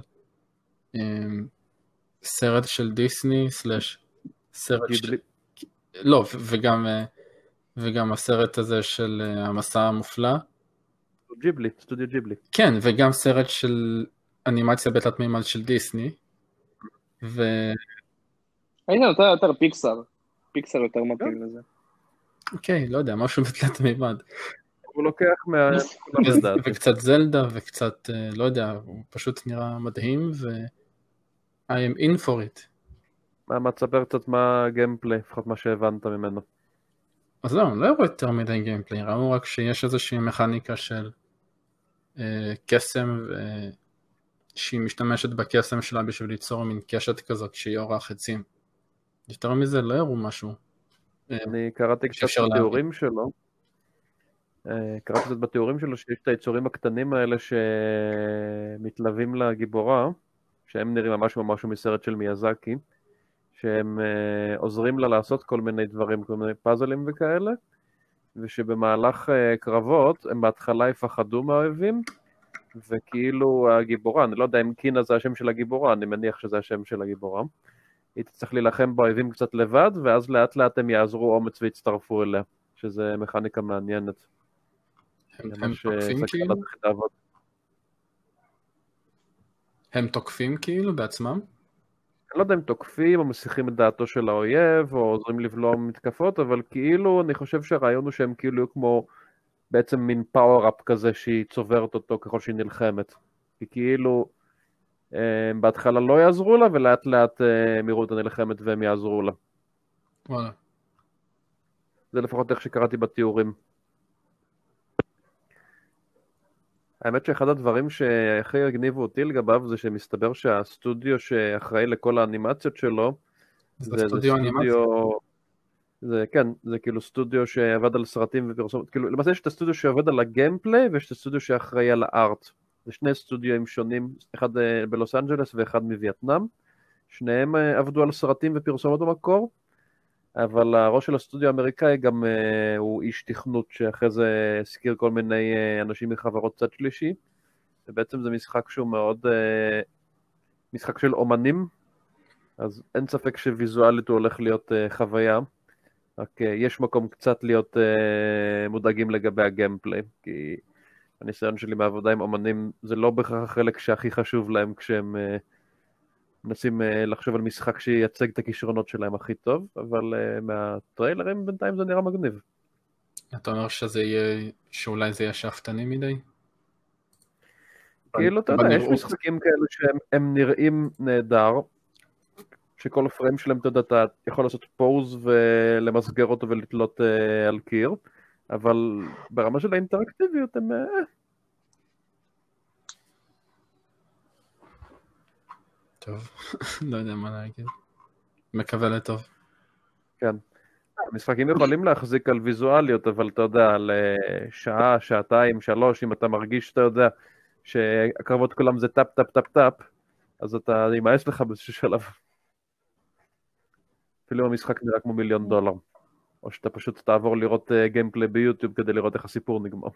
סרט של דיסני סלש סרט של... לא, וגם, וגם הסרט הזה של המסע המופלא. ג'יבלי, סטודיו ג'יבלי. כן, וגם סרט של אנימציה בתלת מימד של דיסני. ו... הייתי יותר יותר פיקסר. פיקסר יותר מתאים לזה. אוקיי, לא יודע, משהו בתלת מימד. הוא לוקח מה... וקצת זלדה וקצת, לא יודע, הוא פשוט נראה מדהים ו... I am in for it. מה, תספר קצת מה הגיימפליי, לפחות מה שהבנת ממנו. אז לא, לא הראו יותר מדי גיימפליי, ראו רק שיש איזושהי מכניקה של אה, קסם, אה, שהיא משתמשת בקסם שלה בשביל ליצור מין קשת כזאת שהיא אורה חצים. יותר מזה לא הראו משהו. אני קראתי קצת בתיאורים שלו, קראתי קצת בתיאורים שלו שיש את היצורים הקטנים האלה שמתלווים לגיבורה, שהם נראים ממש ממש מסרט של מיאזקי, שהם uh, עוזרים לה לעשות כל מיני דברים, כל מיני פאזלים וכאלה, ושבמהלך uh, קרבות הם בהתחלה יפחדו מהאויבים, וכאילו הגיבורה, אני לא יודע אם קינה זה השם של הגיבורה, אני מניח שזה השם של הגיבורה, היא תצטרך להילחם באויבים קצת לבד, ואז לאט לאט הם יעזרו אומץ והצטרפו אליה, שזה מכניקה מעניינת. הם, הם תוקפים כאילו? הם תוקפים כאילו בעצמם? אני לא יודע אם תוקפים או מסיחים את דעתו של האויב או עוזרים לבלום מתקפות, אבל כאילו אני חושב שהרעיון הוא שהם כאילו יהיו כמו בעצם מין פאוור-אפ כזה שהיא צוברת אותו ככל שהיא נלחמת. כי כאילו הם בהתחלה לא יעזרו לה ולאט לאט הם יראו את הנלחמת והם יעזרו לה. וואלה. זה לפחות איך שקראתי בתיאורים. האמת שאחד הדברים שהכי הגניבו אותי לגביו זה שמסתבר שהסטודיו שאחראי לכל האנימציות שלו זה, זה סטודיו אנימציה? זה, כן, זה כאילו סטודיו שעבד על סרטים ופרסומות, כאילו למעשה יש את הסטודיו שעובד על הגיימפליי ויש את הסטודיו שאחראי על הארט. זה שני סטודיואים שונים, אחד בלוס אנג'לס ואחד מווייטנאם, שניהם עבדו על סרטים ופרסומות במקור, אבל הראש של הסטודיו האמריקאי גם uh, הוא איש תכנות שאחרי זה הזכיר כל מיני uh, אנשים מחברות צד שלישי, ובעצם זה משחק שהוא מאוד, uh, משחק של אומנים, אז אין ספק שוויזואלית הוא הולך להיות uh, חוויה, רק uh, יש מקום קצת להיות uh, מודאגים לגבי הגיימפליי, כי הניסיון שלי בעבודה עם אומנים זה לא בהכרח החלק שהכי חשוב להם כשהם uh, מנסים uh, לחשוב על משחק שייצג את הכישרונות שלהם הכי טוב, אבל uh, מהטריילרים בינתיים זה נראה מגניב. אתה אומר שזה יהיה, שאולי זה יהיה שאפתני מדי? כאילו, אתה יודע, יש משחקים כאלו שהם נראים נהדר, שכל הפריים שלהם, אתה יודע, אתה יכול לעשות פוז ולמסגר אותו ולתלות uh, על קיר, אבל ברמה של האינטראקטיביות הם... Uh... טוב, לא יודע מה להגיד. מקווה לטוב. כן. המשחקים יכולים להחזיק על ויזואליות, אבל אתה יודע, על שעה, שעתיים, שלוש, אם אתה מרגיש שאתה יודע שהקרבות כולם זה טאפ, טאפ, טאפ, טאפ, אז אתה יימאס לך באיזשהו שלב. אפילו המשחק נראה כמו מיליון דולר. או שאתה פשוט תעבור לראות גיימפלי ביוטיוב כדי לראות איך הסיפור נגמר.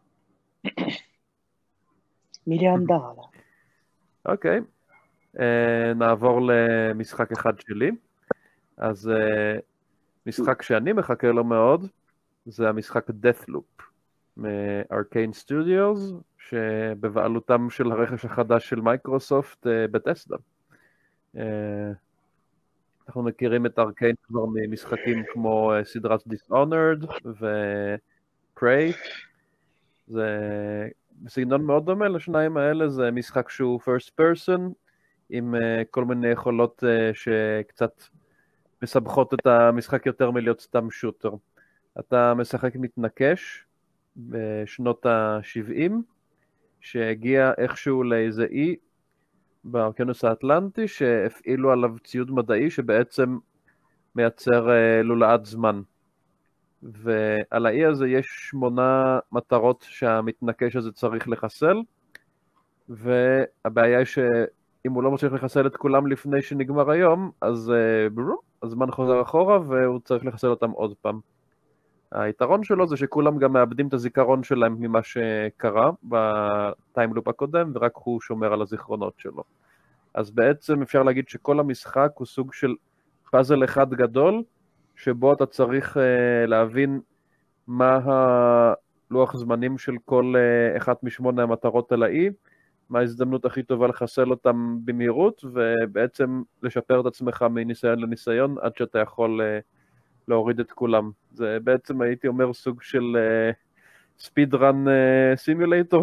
מיליון דולר. אוקיי. Uh, נעבור למשחק אחד שלי. אז uh, משחק שאני מחכה לו מאוד זה המשחק Deathloop מ-Arcane Studios, שבבעלותם של הרכש החדש של מייקרוסופט, uh, בטסדה. uh, אנחנו מכירים את Arcane כבר ממשחקים כמו uh, סדרת Dishonored ו-Prey. זה בסגנון מאוד דומה לשניים האלה, זה משחק שהוא first person עם uh, כל מיני יכולות uh, שקצת מסבכות את המשחק יותר מלהיות סתם שוטר. אתה משחק מתנקש בשנות ה-שבעים, שהגיע איכשהו לאיזה אי באוקיינוס האטלנטי, שהפעילו עליו ציוד מדעי שבעצם מייצר uh, לולאת זמן. ועל האי הזה יש שמונה מטרות שהמתנקש הזה צריך לחסל, והבעיה היא ש... אם הוא לא מצליח לחסל את כולם לפני שנגמר היום, אז uh, הזמן חוזר אחורה והוא צריך לחסל אותם עוד פעם. היתרון שלו זה שכולם גם מאבדים את הזיכרון שלהם ממה שקרה בטיימלופ הקודם, ורק הוא שומר על הזיכרונות שלו. אז בעצם אפשר להגיד שכל המשחק הוא סוג של פאזל אחד גדול, שבו אתה צריך uh, להבין מה הלוח זמנים של כל uh, אחת משמונה המטרות על האי, מה ההזדמנות הכי טובה לחסל אותם במהירות, ובעצם לשפר את עצמך מניסיון לניסיון, עד שאתה יכול uh, להוריד את כולם. זה בעצם הייתי אומר סוג של ספיד רן סימולטור.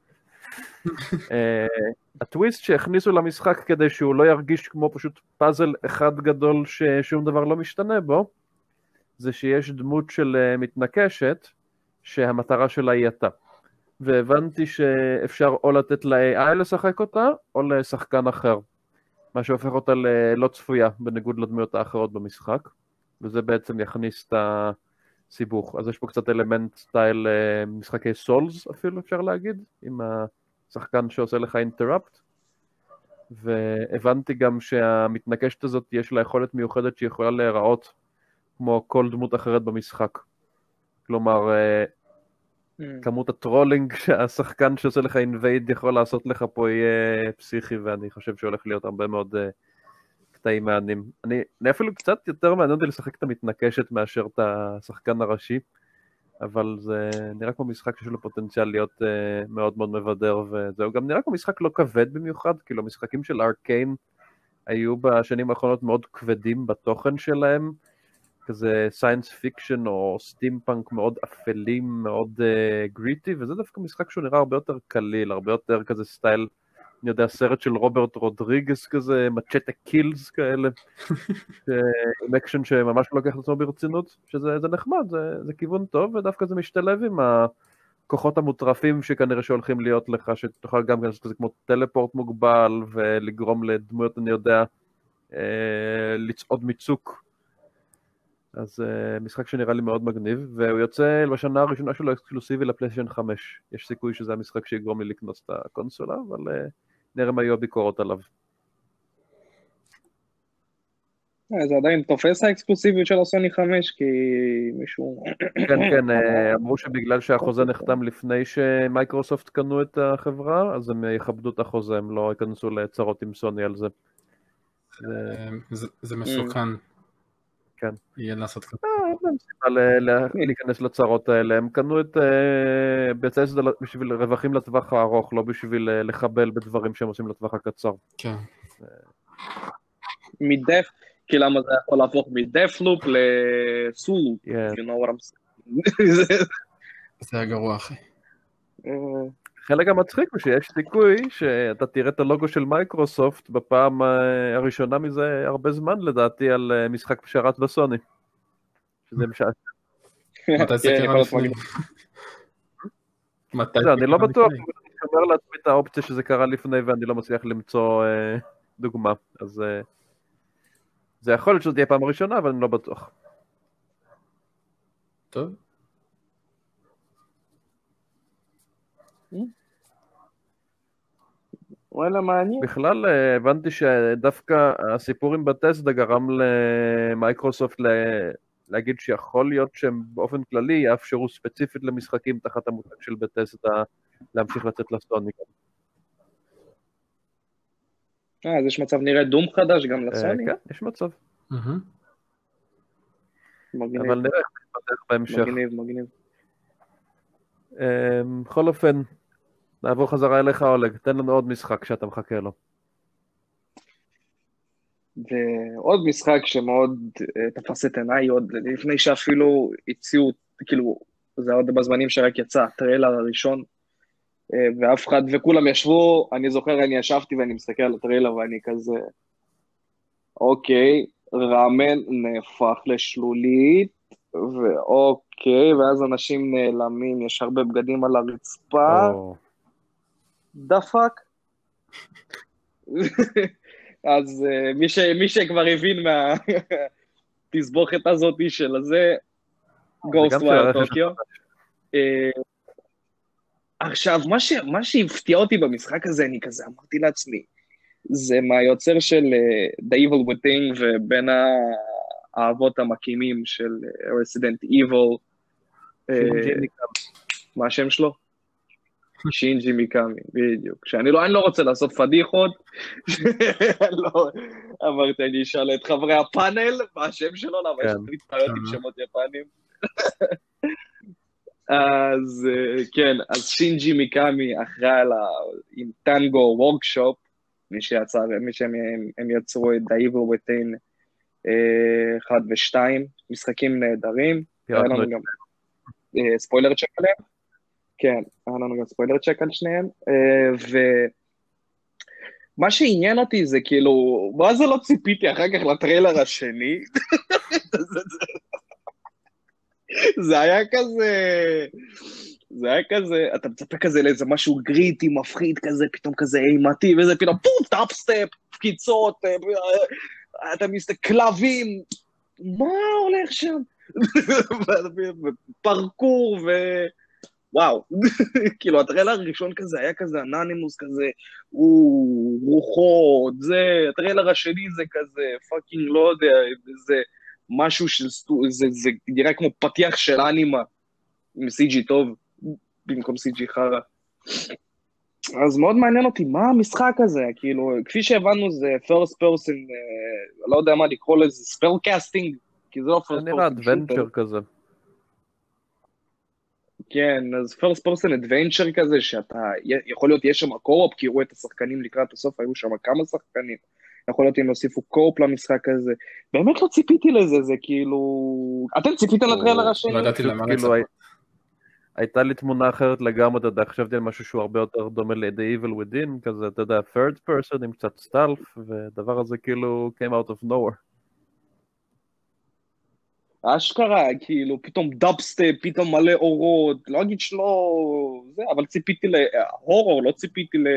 הטוויסט שהכניסו למשחק כדי שהוא לא ירגיש כמו פשוט פאזל אחד גדול ששום דבר לא משתנה בו, זה שיש דמות של uh, מתנקשת, שהמטרה שלה היא אתה. והבנתי שאפשר או לתת ל-איי איי לשחק אותה, או לשחקן אחר. מה שהופך אותה ללא צפויה, בניגוד לדמויות האחרות במשחק. וזה בעצם יכניס את הסיבוך. אז יש פה קצת אלמנט סטייל משחקי סולס אפילו, אפשר להגיד, עם השחקן שעושה לך אינטראפט. והבנתי גם שהמתנקשת הזאת יש לה יכולת מיוחדת שיכולה להיראות כמו כל דמות אחרת במשחק. כלומר, mm. כמות הטרולינג שהשחקן שעושה לך אינווייד יכול לעשות לך פה יהיה פסיכי, ואני חושב שהולך להיות הרבה מאוד קטעים מעניינים. אני, אני אפילו קצת יותר מעניין אותי לשחק את המתנקשת מאשר את השחקן הראשי, אבל זה נראה כמו משחק שיש לו פוטנציאל להיות uh, מאוד מאוד מבדר, וזהו גם נראה כמו משחק לא כבד במיוחד, כאילו המשחקים של ארקיין היו בשנים האחרונות מאוד כבדים בתוכן שלהם, כזה סיינס פיקשן או סטימפאנק מאוד אפלים, מאוד גריטי, uh, וזה דווקא משחק שהוא נראה הרבה יותר קליל, הרבה יותר כזה סטייל, אני יודע, סרט של רוברט רודריגס כזה, מצ'טה קילס כאלה, עם אקשן שממש לא לוקח את עצמו ברצינות, שזה זה נחמד, זה, זה כיוון טוב, ודווקא זה משתלב עם הכוחות המוטרפים שכנראה שהולכים להיות לך, שתוכל גם לעשות כזה כמו טלפורט מוגבל, ולגרום לדמויות, אני יודע, לצעוד מצוק. אז משחק שנראה לי מאוד מגניב, והוא יוצא בשנה הראשונה שלו אקסקלוסיבי לפלייסטיישן חמש. יש סיכוי שזה המשחק שיגרום לי לקנות את הקונסולה, אבל נראה מה יהיו הביקורות עליו. זה עדיין תופס האקסקלוסיביות של הסוני חמש, כי מישהו... כן, כן, אמרו שבגלל שהחוזה נחתם לפני שמייקרוסופט קנו את החברה, אז הם יכבדו את החוזה, הם לא ייכנסו לצרות עם סוני על זה. זה מסוכן. כן. יהיה לעשות ככה. אין סיבה להיכנס לצרות האלה, הם קנו את בצד בשביל רווחים לטווח הארוך, לא בשביל לחבל בדברים שהם עושים לטווח הקצר. כן. מדף, כי למה זה יכול להפוך מדף לופ לסול, Yeah. you know what I'm saying. זה הגרוע, אחי. חלק המצחיק הוא שיש סיכוי שאתה תראה את הלוגו של מייקרוסופט בפעם אה, הראשונה מזה הרבה זמן לדעתי על אה, משחק פשרת בסוני. שזה משעשע. מתי זה כן, קרה יכול להיות לפני? מגניב. מתי זה, זה אני לא קרה בטוח, לפני? אני שומר לעצמי את האופציה שזה קרה לפני ואני לא מצליח למצוא אה, דוגמה. אז אה, זה יכול להיות שזה תהיה פעם הראשונה, אבל אני לא בטוח. טוב. וואלה, מעניין. בכלל אה, הבנתי שדווקא הסיפור עם בטסדה גרם למייקרוסופט ל- להגיד שיכול להיות שהם באופן כללי יאפשרו ספציפית למשחקים תחת המותג של בטסדה להמשיך לצאת לסוני. אה, אז יש מצב נראה דום חדש גם אה, לסוני? כן, יש מצב. מהמם. מגניב, אבל נראה איך זה יתפתח בהמשך. מגניב, מגניב. אה, בכל אופן, נעבור חזרה אליך אולג, תן לנו עוד משחק שאתה מחכה לו. ועוד משחק שמאוד אה, תפס את עיניי, עוד לפני שאפילו הציעו, כאילו, זה עוד בזמנים שרק יצא, הטריילר הראשון, אה, ואף אחד, וכולם ישבו, אני זוכר, אני ישבתי ואני מסתכל על הטריילר ואני כזה, אוקיי, ראמן נהפך לשלולית, ואוקיי, ואז אנשים נעלמים, יש הרבה בגדים על הרצפה, או, דפק. אז uh, מי, ש, מי שכבר הבין מהתסבוכת הזאת של הזה, Ghost גם של Wire הרכש טוקיו. Uh, עכשיו, מה, ש, מה שהפתיע אותי במשחק הזה, אני כזה אמרתי לעצמי, זה מהיוצר של uh, The Evil Within ובין האבות המקימים של uh, Resident Evil. שינג'י uh, מיקאמי. מה השם שלו? שינג'י מיקאמי, בדיוק. שאני לא, אני לא רוצה לעשות פדיחות, לא, אמרתי, אני אשאל את חברי הפאנל, מה השם שלו, למה יש לי בעיות עם שמות יפנים. אז כן, אז שינג'י מיקאמי אחראי על ה... עם טנגו וורקשופ, מי שיצר, מי שהם הם יצרו את The Evil Within אחד ושתיים, משחקים נהדרים, היה לנו גם ספוילר צ'ק עליהם, כן, היה לנו גם ספוילר צ'ק על שניהם, ומה שעניין אותי זה כאילו, מה זה לא ציפיתי אחר כך לטריילר השני? זה היה כזה, זה היה כזה, אתה מצפה כזה לאיזה משהו גריטי, מפחיד כזה, פתאום כזה אימתי, וזה פתאום פוף, טאפסטפ, פקיצות, אתה מסתכל, כלבים, מה הולך שם? פרקור ו... וואו, כאילו הטריילר הראשון כזה היה כזה אנונימוס כזה, הוא רוחות, זה, הטריילר השני זה כזה, פאקינג לא יודע, זה משהו של, זה, זה נראה כמו פתיח של אנימה, עם סי ג'י טוב, במקום סי ג'י חרה. אז מאוד מעניין אותי, מה המשחק הזה, כאילו, כפי שהבנו זה first person, אה, לא יודע מה לקרוא לזה, spell casting, כי זה לא first person. זה נראה אדוונצ'ר כזה. כן, אז first person adventure כזה, שאתה, יכול להיות יש שם קו-אופ, כי הראו את השחקנים לקראת הסוף, היו שם כמה שחקנים, יכול להיות אם הוסיפו קו-אופ למשחק הזה, באמת לא ציפיתי לזה, זה כאילו, אתם ציפיתם לטריילר השני? לא ידעתי למה כאילו, לצפות. הייתה לי תמונה אחרת לגמרי, אתה יודע, חשבתי על משהו שהוא הרבה יותר דומה ל-The Evil Within, כזה, אתה יודע, third person עם קצת סטלף, ודבר הזה כאילו came out of nowhere. אשכרה, כאילו, פתאום דאפסטפ, פתאום מלא אורות, לא אגיד שלא, זה, אבל ציפיתי להורור, לא ציפיתי ל...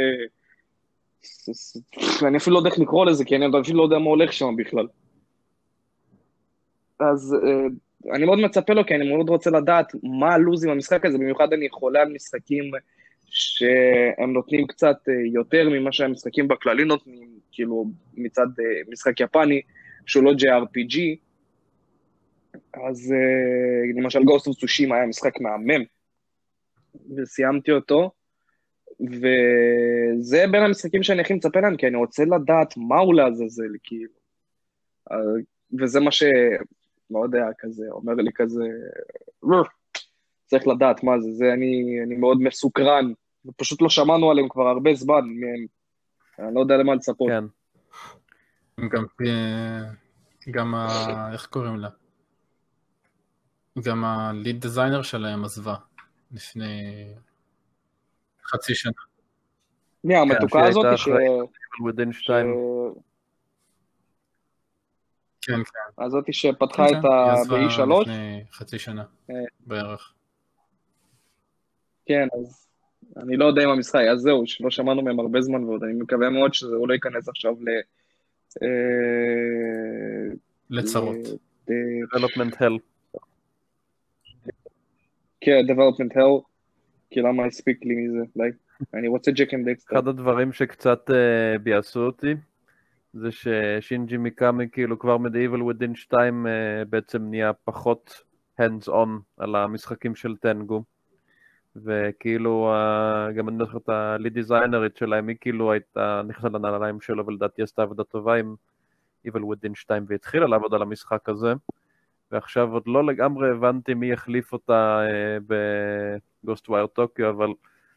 אני אפילו לא יודע איך לקרוא לזה, כי אני אפילו לא יודע מה הולך שם בכלל. אז אני מאוד מצפה לו, כי אני מאוד רוצה לדעת מה הלוז עם המשחק הזה, במיוחד אני חולה על משחקים שהם נותנים קצת יותר ממה שהמשחקים בכללי נותנים, כאילו מצד משחק יפני, שהוא לא ג'יי אר פי ג'י, אז למשל Ghost of Tsushima היה משחק מהמם, וסיימתי אותו, וזה בין המשחקים שאני הכי מצפה להם, כי אני רוצה לדעת מה הוא לעזאזל, כאילו, וזה מה ש... לא יודע, כזה, אומר לי כזה, צריך לדעת מה זה, זה אני, אני מאוד מסוקרן, ופשוט לא שמענו עליהם כבר הרבה זמן, מהם, אני לא יודע למה לצפות. כן. גם, גם ה... איך קוראים לה? גם הליד דיזיינר שלהם עזבה לפני חצי שנה. מי, המתוקה הזאת ש... within שתיים. כן, כן. הזאת שפתחה את ה-בי שלוש? לפני חצי שנה, בערך. כן, אז אני לא יודע אם המשחק, אז זהו, שלא שמענו מהם הרבה זמן ועוד, אני מקווה מאוד שזה לא ייכנס עכשיו ל... לצרות. development hell. כן, development hell, כי למה הספיק לי מזה, אני רוצה ג'ק אנד דקסטר. אחד הדברים שקצת ביאסו אותי, זה ששינג'י מיקאמי כאילו כבר מדאיבל ווידין שתיים בעצם נהיה פחות hands on על המשחקים של טנגו, וכאילו גם אני זוכר את הליד דיזיינרית שלהם, היא כאילו הייתה נכנסת לנעליים שלו, ולדעתי עשתה עבודה טובה עם Evil Within שתיים והתחילה לעבוד על המשחק הזה, ועכשיו עוד לא לגמרי הבנתי מי יחליף אותה בגוסטווייר טוקיו, אבל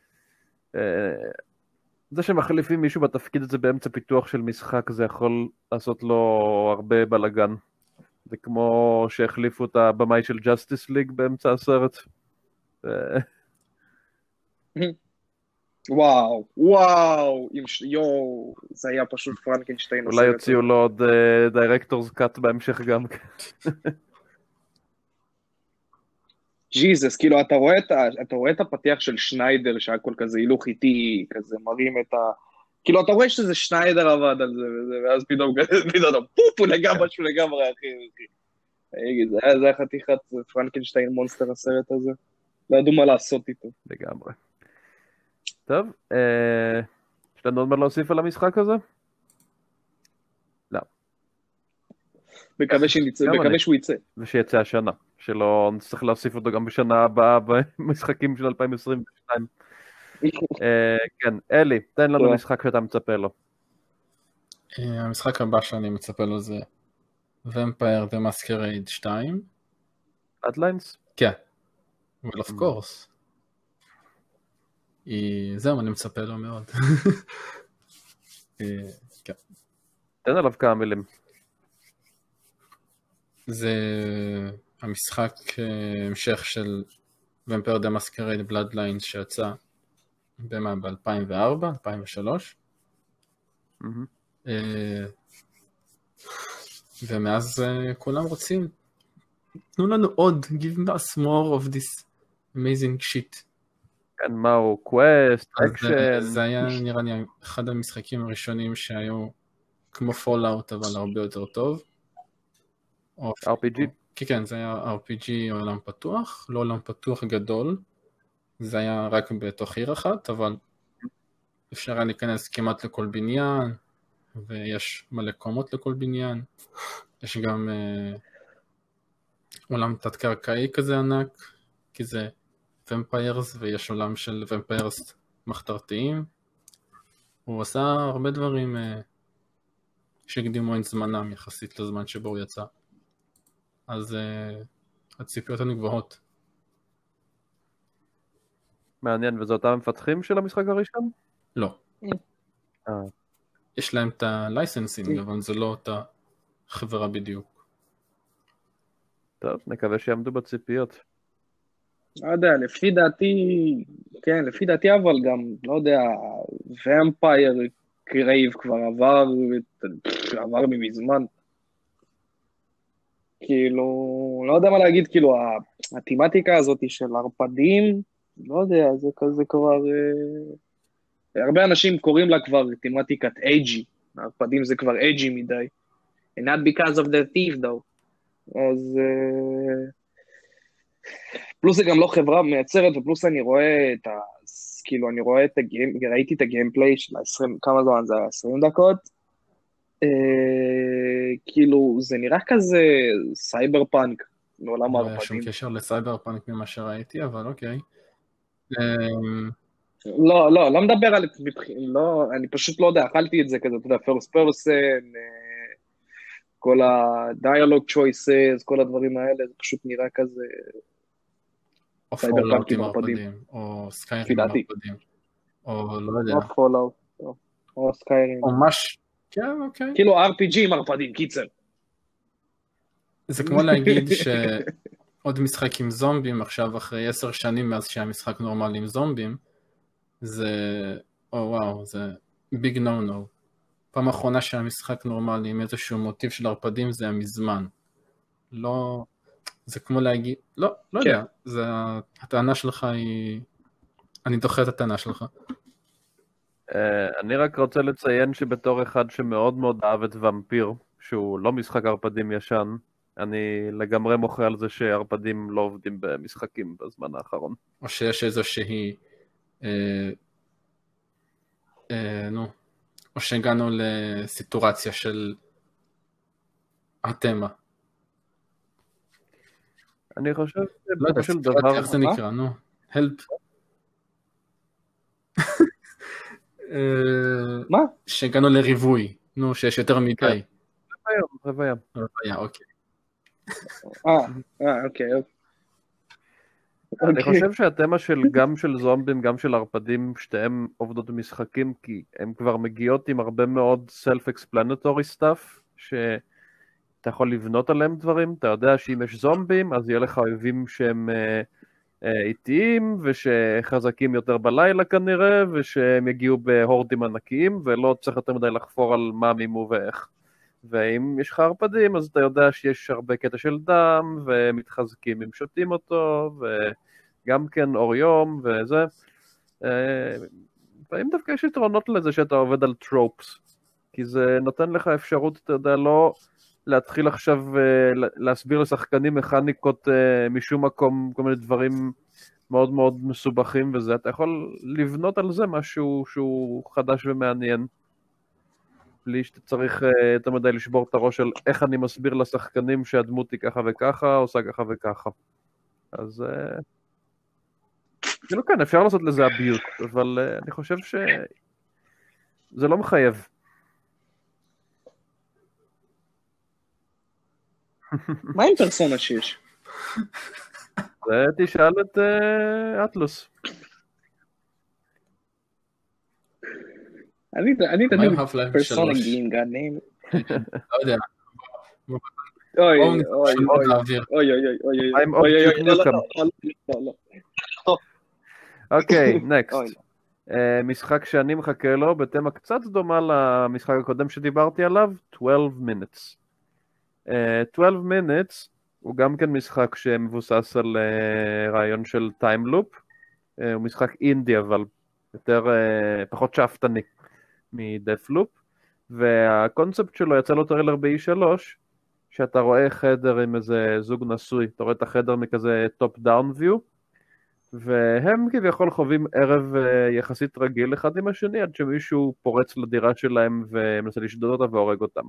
זה שמחליפים מישהו בתפקיד הזה באמצע פיתוח של משחק, זה יכול לעשות לו הרבה בלגן. זה כמו שהחליפו את הבמאי של Justice League באמצע הסרט. וואו, וואו, יואו, זה היה פשוט פרנקנשטיין. אולי יוציאו לו עוד דירקטורס קאט בהמשך גם. ג'יזוס, כאילו אתה רואה את, אתה רואה את הפתיח של שניידר שהכל כזה הילוך איטי, כזה מרים את ה... כאילו אתה רואה שזה שניידר עבד על זה וזה, ואז פתאום פתאום פופ, הוא לגמרי משהו לגמרי אחי. זה היה, זה היה חתיכת פרנקנשטיין מונסטר הסרט הזה. לא ידעו מה לעשות איתו. לגמרי. טוב, יש לנו עוד מה להוסיף על המשחק הזה? לא. מקווה שהוא יצא. ושיצא השנה, שלא נצטרך להוסיף אותו גם בשנה הבאה במשחקים של אלפיים עשרים ושתיים. כן, אלי, תן לנו משחק שאתה מצפה לו. המשחק הבא שאני מצפה לו זה Vampire the Masquerade שתיים. Bloodlines? כן. Well, of course. זהו, אני מצפה לו מאוד. כן. תן עליו כמה מילים. זה המשחק המשך של Vampire the Masquerade Bloodlines שיצא במה? ב-אלפיים וארבע, אלפיים ושלוש. ומאז כולם רוצים, תנו לנו עוד, give us more of this amazing shit. כן, מהו, קווסט, אקשן. זה היה נראה לי אחד המשחקים הראשונים שהיו כמו פולאוט אבל הרבה יותר טוב. אר פי ג'י? כן, כן, זה היה אר פי ג'י או עולם פתוח, לא עולם פתוח גדול, זה היה רק בתוך עיר אחת, אבל אפשר היה להיכנס כמעט לכל בניין, ויש מלא קומות לכל בניין, יש גם אה, עולם תת-קרקעי כזה ענק, כי זה ומפיירס, ויש עולם של ומפיירס מחתרתיים, הוא עשה הרבה דברים אה, שהקדימו את זמנם יחסית לזמן שבו הוא יצא. אז uh, הציפיות הן גבוהות. מעניין, וזה אותם מפתחים של המשחק הראשון? לא. אה. יש להם את הלייסנסינג, אבל זה לא אותה חברה בדיוק. טוב, נקווה שיעמדו בציפיות. לא יודע, לפי דעתי, כן, לפי דעתי אבל גם, לא יודע, ומפייר קרייב כבר עבר, עבר מזמן. כאילו, לא יודע מה להגיד, כאילו, התימטיקה הזאת של הרפדים, לא יודע, זה כזה כבר, אה, הרבה אנשים קוראים לה כבר תימטיקת אייג'י, הרפדים זה כבר אייג'י מדי, and not because of the thief though, אז, אה, פלוס זה גם לא חברה מייצרת, ופלוס אני רואה את ה, כאילו, אני רואה את הגיים, ראיתי את הגיימפליי של ה-עשרים, כמה זמן זה, עשרים דקות, כאילו זה נראה כזה סייבר פאנק מעולם הרפדים. לא היה שום קשר לסייבר פאנק ממה שראיתי, אבל אוקיי. לא, לא, לא מדבר על, לא, אני פשוט לא יודע, אכלתי את זה כזה, אתה יודע, first person, כל ה-dialogue choices, כל הדברים האלה, זה פשוט נראה כזה סייבר פאנק עם הרפדים, או סקיירים עם הרפדים, או לא יודע. או פולאוט, או סקיירים. או מש... כן, אוקיי. כאילו אר פי ג'י עם ערפדים, קיצר. זה כמו להגיד שעוד משחק עם זומבים, עכשיו אחרי עשר שנים מאז שהיה משחק נורמלי עם זומבים, זה, או וואו, זה ביג נו נו. פעם האחרונה שהיה משחק נורמלי עם איזשהו מוטיב של ערפדים זה היה מזמן. לא, זה כמו להגיד, לא, לא יודע, זה, הטענה שלך היא, אני דוחה את הטענה שלך. אני רק רוצה לציין שבתור אחד שמאוד מאוד אהב את ומפיר, שהוא לא משחק ערפדים ישן, אני לגמרי מוחה על זה שערפדים לא עובדים במשחקים בזמן האחרון. או שיש איזושהי, אה, אה, נו, או שהגענו לסיטורציה של התמה. אני חושב לא יודע, של דבר... איך זה נקרא, נו, help. מה? שהגענו לריבוי, נו, שיש יותר מדי. רוויה, רוויה. רוויה, אוקיי. אה, אוקיי. אני חושב שהתמה של גם של זומבים, גם של ערפדים, שתיהם עובדות במשחקים, כי הן כבר מגיעות עם הרבה מאוד self-explanatory stuff, שאתה יכול לבנות עליהם דברים, אתה יודע שאם יש זומבים, אז יהיה לך אויבים שהם איטיים, ושחזקים יותר בלילה כנראה, ושהם יגיעו בהורדים ענקיים, ולא צריך יותר מדי לחפור על מה מימו ואיך. ואם יש לך ערפדים, אז אתה יודע שיש הרבה קטע של דם, ומתחזקים אם שותים אותו, וגם כן אור יום, וזה. ואם דווקא יש יתרונות לזה שאתה עובד על טרופס, כי זה נותן לך אפשרות, אתה יודע, לא להתחיל עכשיו להסביר לשחקנים מכניקות משום מקום, כל מיני דברים מאוד מאוד מסובכים וזה, אתה יכול לבנות על זה משהו שהוא חדש ומעניין. בלי שאתה צריך יותר מדי לשבור את הראש של איך אני מסביר לשחקנים שהדמות היא ככה וככה, עושה ככה וככה. אז כאילו כן, אפשר לעשות לזה אביוט, אבל אני חושב שזה לא מחייב. מה עם פרסונה שיש? זה תשאל את אטלוס. אני תמיד פרסונה גאים, גאד ניים. לא יודע. אוי, אוי, אוי, אוי, אוי, אוי, אוי, אוקיי, נקסט. משחק שאני מחכה לו, בתמה קצת דומה למשחק הקודם שדיברתי עליו, twelve minutes. twelve minutes הוא גם כן משחק שמבוסס על רעיון של time loop, הוא משחק אינדי אבל יותר, פחות שאפתני מדף-לופ, והקונספט שלו יצא לו טריילר ב-אי שלוש, שאתה רואה חדר עם איזה זוג נשוי, אתה רואה את החדר מכזה טופ דאון ויו, והם כביכול חווים ערב יחסית רגיל אחד עם השני, עד שמישהו פורץ לדירה שלהם ומנסה לשדוד אותה והורג אותם.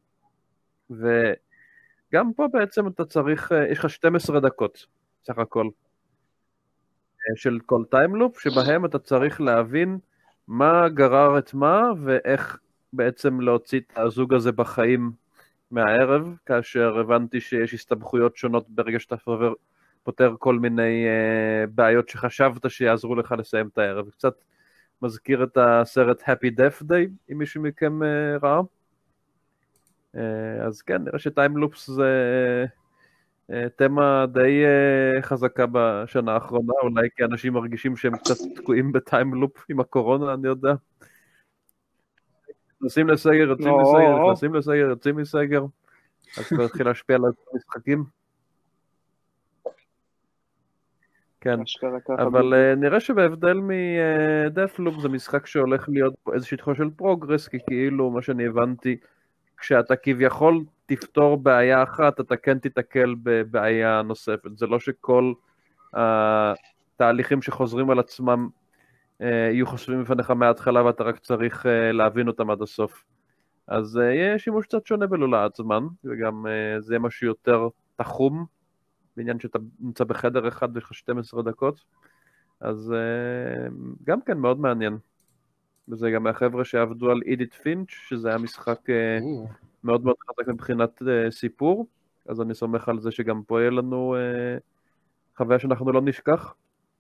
וגם פה בעצם אתה צריך, יש לך שתים עשרה דקות, סך הכל, של כל טיימלופ, שבהם אתה צריך להבין מה גרר את מה, ואיך בעצם להוציא את הזוג הזה בחיים מהערב, כאשר הבנתי שיש הסתבכויות שונות ברגע שאתה פותר כל מיני uh, בעיות שחשבת שיעזרו לך לסיים את הערב. קצת מזכיר את הסרט Happy Death Day, אם מישהו מכם uh, ראה. Uh, אז כן, נראה שטיימלופס זה uh, תמה די uh, חזקה בשנה האחרונה, אולי כי אנשים מרגישים שהם קצת תקועים בטיימלופ עם הקורונה, אני יודע. נכנסים לסגר, יוצאים מסגר, נכנסים לסגר, יוצאים מסגר, אז כבר התחיל להשפיע על המשחקים. כן, אבל נראה שבהבדל מדף-לופ זה משחק שהולך להיות פה איזושהי תחושה של פרוגרס, כי כאילו מה שאני הבנתי, כשאתה כביכול תפתור בעיה אחת, אתה כן תתקל בבעיה נוספת. זה לא שכל התהליכים שחוזרים על עצמם יהיו חושבים בפניך מההתחלה, ואתה רק צריך להבין אותם עד הסוף. אז יהיה שימוש קצת שונה בלולאת זמן, וגם זה יהיה משהו יותר תחום, בעניין שאתה נמצא בחדר אחד ויש לך שתים עשרה דקות, אז גם כן מאוד מעניין. וזה גם מהחבר'ה שעבדו על אידית פינץ', שזה היה משחק מאוד מאוד חזק מבחינת סיפור, אז אני סומך על זה שגם פה יהיה לנו חוויה שאנחנו לא נשכח.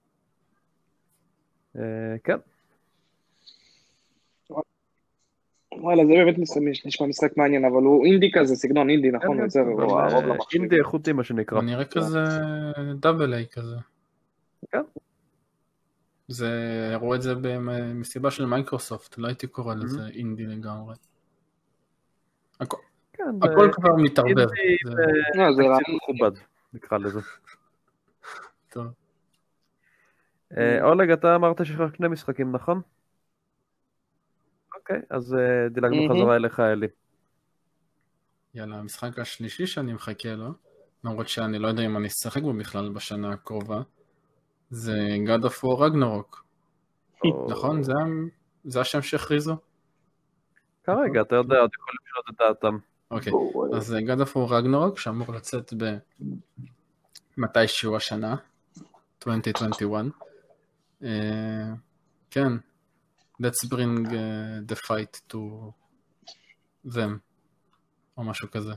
כן. וואלה, זה באמת נשמע משחק מעניין, אבל הוא אינדי כזה, סגנון אינדי, נכון? כן, זה אבל, הוא הרוב אה, למחשב. אינדי איכותי מה שנקרא. הוא נראה כזה דאבל איי כזה. כן. זה, רואה את זה במסיבה של מייקרוסופט, לא הייתי קורא לזה Mhm. אינדי לגמרי. הכ- כן, זה הכל כבר מתערבב. אינדי זה- לא, זה ותקציב רעיון. מכובד, נקרא לזה. טוב. אה, אולג, אתה אמרת שיש לך שני משחקים, נכון? אוקיי, אז אה, דילגנו Mhm. חזרה אליך, אלי. יאללה, המשחק השלישי שאני מחכה לו, למרות שאני לא יודע אם אני אשחק בו בכלל בשנה הקרובה, זה God of War Ragnarok, או- נכון? זה, ה- זה השם שהכריזו? כרגע, אתה יודע, עוד יכולים לשנות את דעתם. אוקיי, אז אה, God of War Ragnarok שאמור לצאת במתישהו השנה, עשרים עשרים ואחת. אה, כן, let's bring uh, the fight to them, או משהו כזה.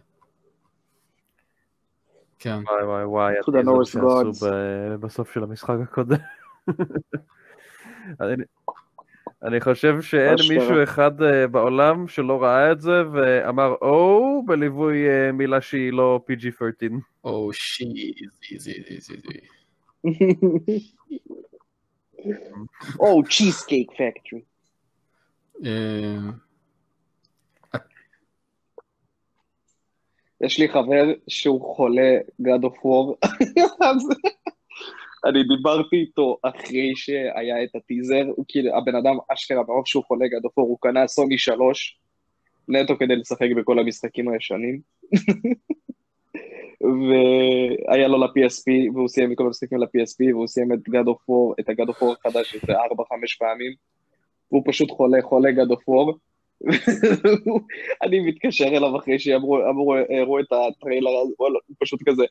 כן. וואי וואי וואי, To the הטיזר Norse שעשו gods. ב- בסוף של המשחק הקודם. אני- אני חושב שאין אשכרה. מישהו אחד אה, בעולם שלא ראה את זה ואמר או בליווי אה, מילה שהיא לא פי ג'י שלוש עשרה. Oh, she's easy, easy, easy. Oh, Cheesecake Factory. אה, יש לי חבר שהוא חולה God of War, אז אני דיברתי איתו אחרי שהיה את הטיזר, הוא כאילו, הבן אדם אשכרה, ברוב שהוא חולה God of War, הוא קנה סוני שלוש, נטו כדי לשחק בכל המשחקים הישנים, והיה לו ל-פי אס פי, והוא סיים מכל המשחקים ל-פי אס פי, והוא סיים את God of War, את ה-God of War החדש, שזה ארבע חמש פעמים, והוא פשוט חולה, חולה God of War, אני מתקשר אליו אחרי שהראו את הטריילר, הוא פשוט כזה,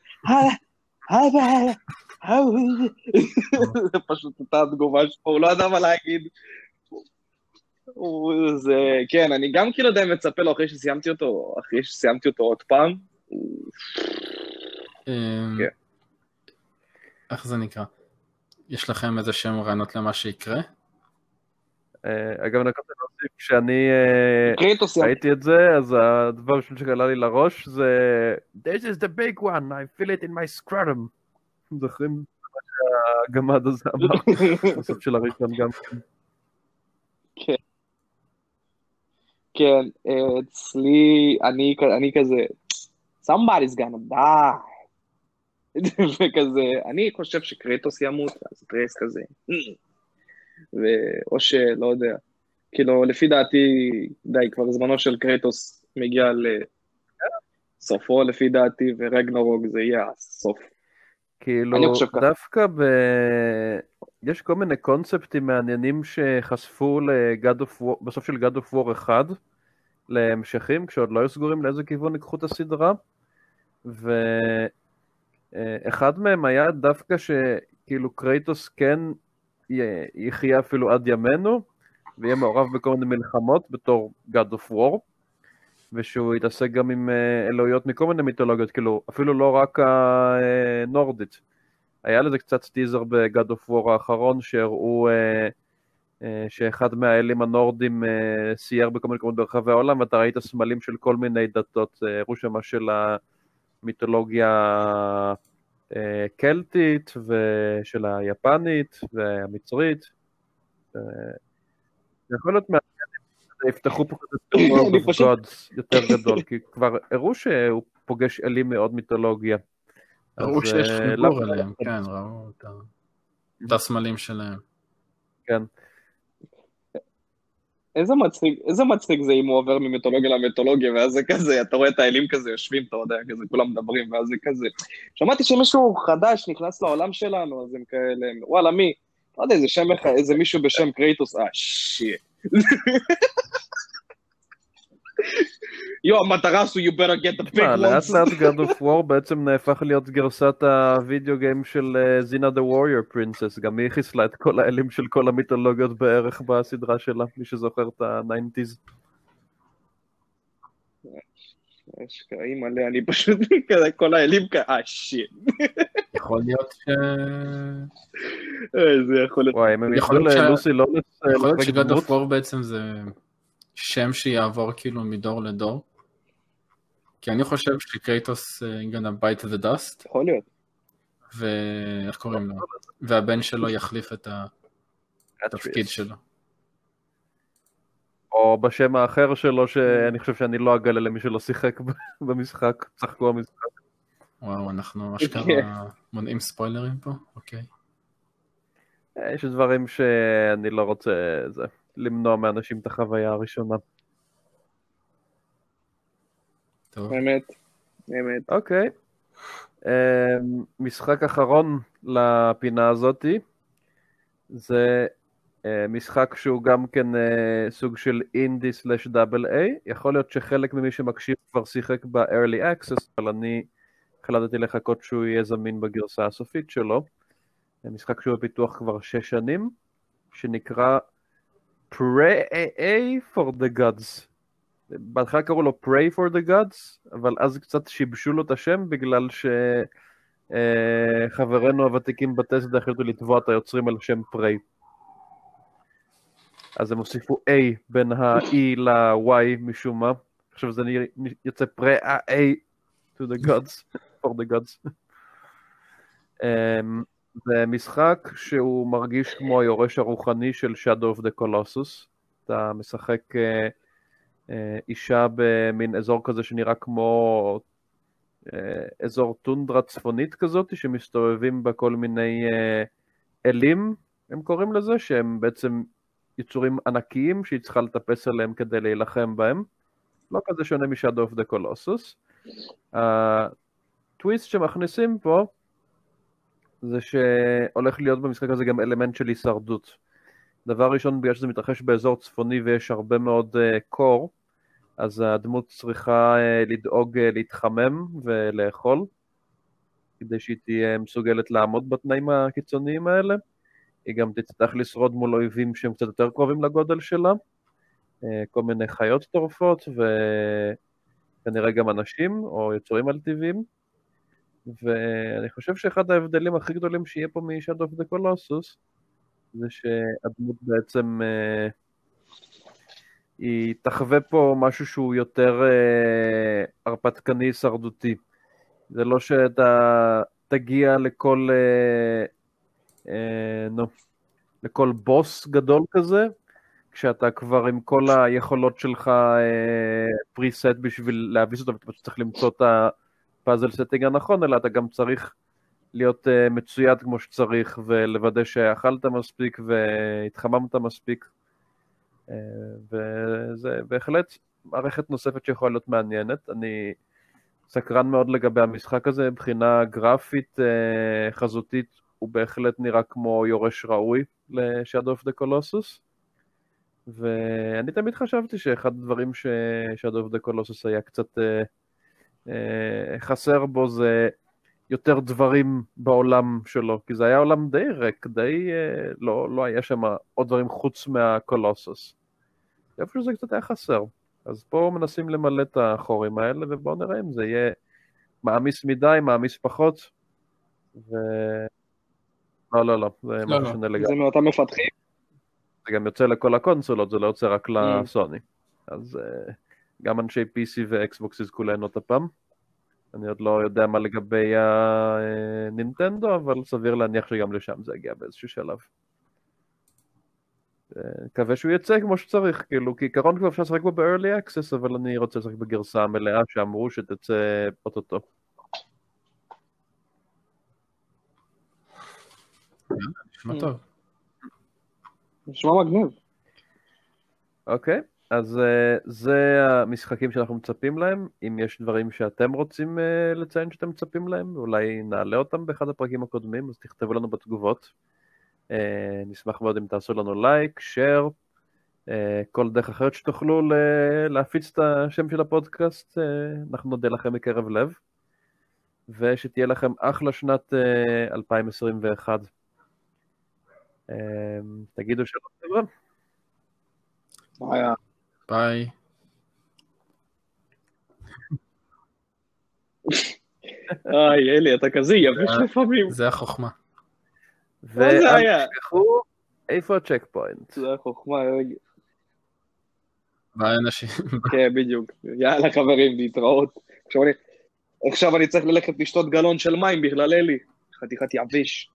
זה פשוט אותה התגובה שלו, הוא לא ידע מה להגיד. זה, כן, אני גם כאילו די מצפה לו אחרי שסיימתי אותו, אחרי שסיימתי אותו עוד פעם. אה, כן. איך זה נקרא? יש לכם איזה שם רעיונות למה שיקרה? אה, אגב, אני רוצה להוסיף, כשאני אה, קרייטוס ראיתי את זה, אז הדבר הראשון שקלה לי לראש זה This is the big one, I feel it in my scrotum. זוכרים מה שהגמד הזה אמר בסוף של הראשון גם כן. כן, אצלי, אני, אני כזה, somebody's gonna die. וכזה, אני חושב שקרייטוס ימות, אז טרייס כזה. או שלא יודע, כאילו, לפי דעתי, די, כבר זמנו של קרייטוס מגיע לסופו, לפי דעתי, ורגנרוג זה יהיה הסוף. כאילו, אני חושב ככה. דווקא ב... יש כל מיני קונספטים מעניינים שחשפו לגד אוף וור, בסוף של God of War אחד, להמשכים, כשעוד לא היו סגורים לאיזה כיוון ייקחו את הסדרה, ואחד מהם היה דווקא שכאילו קרייטוס כן יחיה אפילו עד ימינו, ויהיה מעורב בכל מיני מלחמות בתור God of War, ושהוא יתעסק גם עם אלוהיות מכל מיני מיתולוגיות, כאילו אפילו לא רק הנורדית. היה לזה קצת טיזר ב-God of War האחרון, שהראו שאחד מהאלים הנורדים סייר בכל מיני מקומות ברחבי העולם, ואתה ראית סמלים של כל מיני דתות, הראו שמה של המיתולוגיה קלטית, ושל היפנית, והמצרית. זה יכול להיות מעניין, יפתחו פה כזה World of Gods יותר גדול, כי כבר הראו שהוא פוגש אלים מאוד מיתולוגיה. ראו שיש חיבור עליהם, כן, ראו את הסמלים שלהם. כן. איזה מצחיק, איזה מצחיק זה אם הוא עובר ממיתולוגיה למיתולוגיה, ואז זה כזה, אתה רואה את האלים כזה יושבים, אתה יודע, כזה, כולם מדברים, ואז זה כזה. שמעתי שמישהו חדש נכנס לעולם שלנו, אז הם כאלה, וואלה, מי? לא יודע, איזה שם, איזה מישהו בשם קרייטוס, אה, שיט. יו, המטרה עשו, you better get the big ones. לאט לאט God of War בעצם נהפך להיות גרסת הווידאו גיים של זינה the Warrior Princess, גם היא חיסלה את כל האלים של כל המיתולוגיות בערך בסדרה שלה, מי שזוכר את ה-תשעים. יש קראים עליה, אני פשוט כזה, כל האלים כזה, אה, שיט. יכול להיות ש... זה יכול להיות... וואי, אם הם יכולו ללוסי לא יכול להיות ש-God of War בעצם זה שם שיעבור כאילו מדור לדור? כי אני חושב שקרייטוס gonna bite the dust. יכול להיות. ואיך קוראים לו? והבן שלו יחליף את התפקיד שלו. או בשם האחר שלו, שאני חושב שאני לא אגלה למי שלא שיחק במשחק, צחקו המשחק. וואו, אנחנו אשכרה מונעים ספוילרים פה? אוקיי. יש דברים שאני לא רוצה זה, למנוע מאנשים את החוויה הראשונה. טוב. אמת, אמת. אוקיי. משחק אחרון לפינה הזאתי, זה משחק שהוא גם כן סוג של אינדי סלש דאבל איי. יכול להיות שחלק ממי שמקשיב כבר שיחק ב-early access, אבל אני החלטתי לחכות שהוא יהיה זמין בגרסה הסופית שלו. משחק שהוא בפיתוח כבר שש שנים, שנקרא Pray for the Gods. בהתחלה קראו לו Pray for the Gods, אבל אז קצת שיבשו לו את השם, בגלל שחברינו הוותיקים בטסדה החליטו לתבוע את היוצרים על שם Pray. אז הם הוסיפו A בין ה-E ל-Y משום מה. עכשיו זה יוצא Pray to the Gods, for the Gods. זה משחק שהוא מרגיש כמו היורש הרוחני של Shadow of the Colossus. אתה משחק אישה במין אזור כזה שנראה כמו אזור טונדרה צפונית כזאת, שמסתובבים בה כל מיני אלים, הם קוראים לזה, שהם בעצם יצורים ענקיים שהיא צריכה לטפס עליהם כדי להילחם בהם. לא כזה שונה מ-Shadow of the Colossus. הטוויסט שמכניסים פה, זה שהולך להיות במשחק הזה גם אלמנט של הישרדות. דבר ראשון, בגלל שזה מתרחש באזור צפוני ויש הרבה מאוד uh, קור, אז הדמות צריכה uh, לדאוג uh, להתחמם ולאכול, כדי שהיא תהיה מסוגלת לעמוד בתנאים הקיצוניים האלה. היא גם תצטרך לשרוד מול אויבים שהם קצת יותר קרובים לגודל שלה, uh, כל מיני חיות טורפות וכנראה גם אנשים או יצורים על טבעיים. ואני חושב שאחד ההבדלים הכי גדולים שיהיה פה מ-Shadow of the Colossus, זה שהדמות בעצם, אה, היא תחווה פה משהו שהוא יותר אה, הרפתקני שרדותי. זה לא שאתה תגיע לכל, אה, אה, נו, לכל בוס גדול כזה, כשאתה כבר עם כל היכולות שלך אה, פריסט בשביל להביס אותו, ואתה צריך למצוא את ה... פאזל סטינג הנכון, אלא אתה גם צריך להיות uh, מצויד כמו שצריך, ולוודא שאכלת מספיק והתחממת מספיק, uh, וזה בהחלט מערכת נוספת שיכולה להיות מעניינת. אני סקרן מאוד לגבי המשחק הזה, מבחינה גרפית, uh, חזותית, הוא בהחלט נראה כמו יורש ראוי ל-Shadow of the Colossus, ואני תמיד חשבתי שאחד הדברים ש-Shadow of the Colossus היה קצת... Uh, חסר בו זה יותר דברים בעולם שלו, כי זה היה עולם די ריק, די לא, לא היה שם עוד דברים חוץ מהקולוסוס. איפה שזה קצת היה חסר. אז פה מנסים למלא את החורים האלה, ובואו נראה אם זה יהיה מעמיס מדי, מעמיס פחות, ו... לא, לא, לא, זה לא, משהו לא. שונה לגמרי. זה מאותם מפתחים. זה גם יוצא לכל הקונסולות, זה לא יוצא רק לסוני. אז... גם אנשי פי סי ואקסבוקס יזכו ליהנות הפעם. אני עוד לא יודע מה לגבי הנינטנדו, אבל סביר להניח שגם לשם זה יגיע באיזשהו שלב. מקווה שהוא יצא כמו שצריך, כאילו, כי עיקרון כבר אפשר לשחק בו ב-early access, אבל אני רוצה לשחק בגרסה המלאה שאמרו שתצא אוטוטו. נשמע טוב. נשמע מגניב. אוקיי. אז uh, זה המשחקים שאנחנו מצפים להם. אם יש דברים שאתם רוצים uh, לציין שאתם מצפים להם, אולי נעלה אותם באחד הפרקים הקודמים, אז תכתבו לנו בתגובות. Uh, נשמח מאוד אם תעשו לנו לייק, שייר, uh, כל דרך אחרת שתוכלו להפיץ את השם של הפודקאסט, uh, אנחנו נודה לכם מקרב לב. ושתהיה לכם אחלה שנת uh, אלפיים עשרים ואחת. Uh, תגידו שלום חבר'ה. ביי. ביי. איי, אלי, אתה כזה יבש לפעמים. זה החוכמה. מה זה היה? ותשכחו איפה הצ'ק פוינט. זה החוכמה, רגע. והאנשים... כן, בדיוק. יאללה חברים, להתראות. עכשיו אני, עכשיו אני צריך ללכת לשתות גלון של מים בגלל אלי. חתיכת יבש.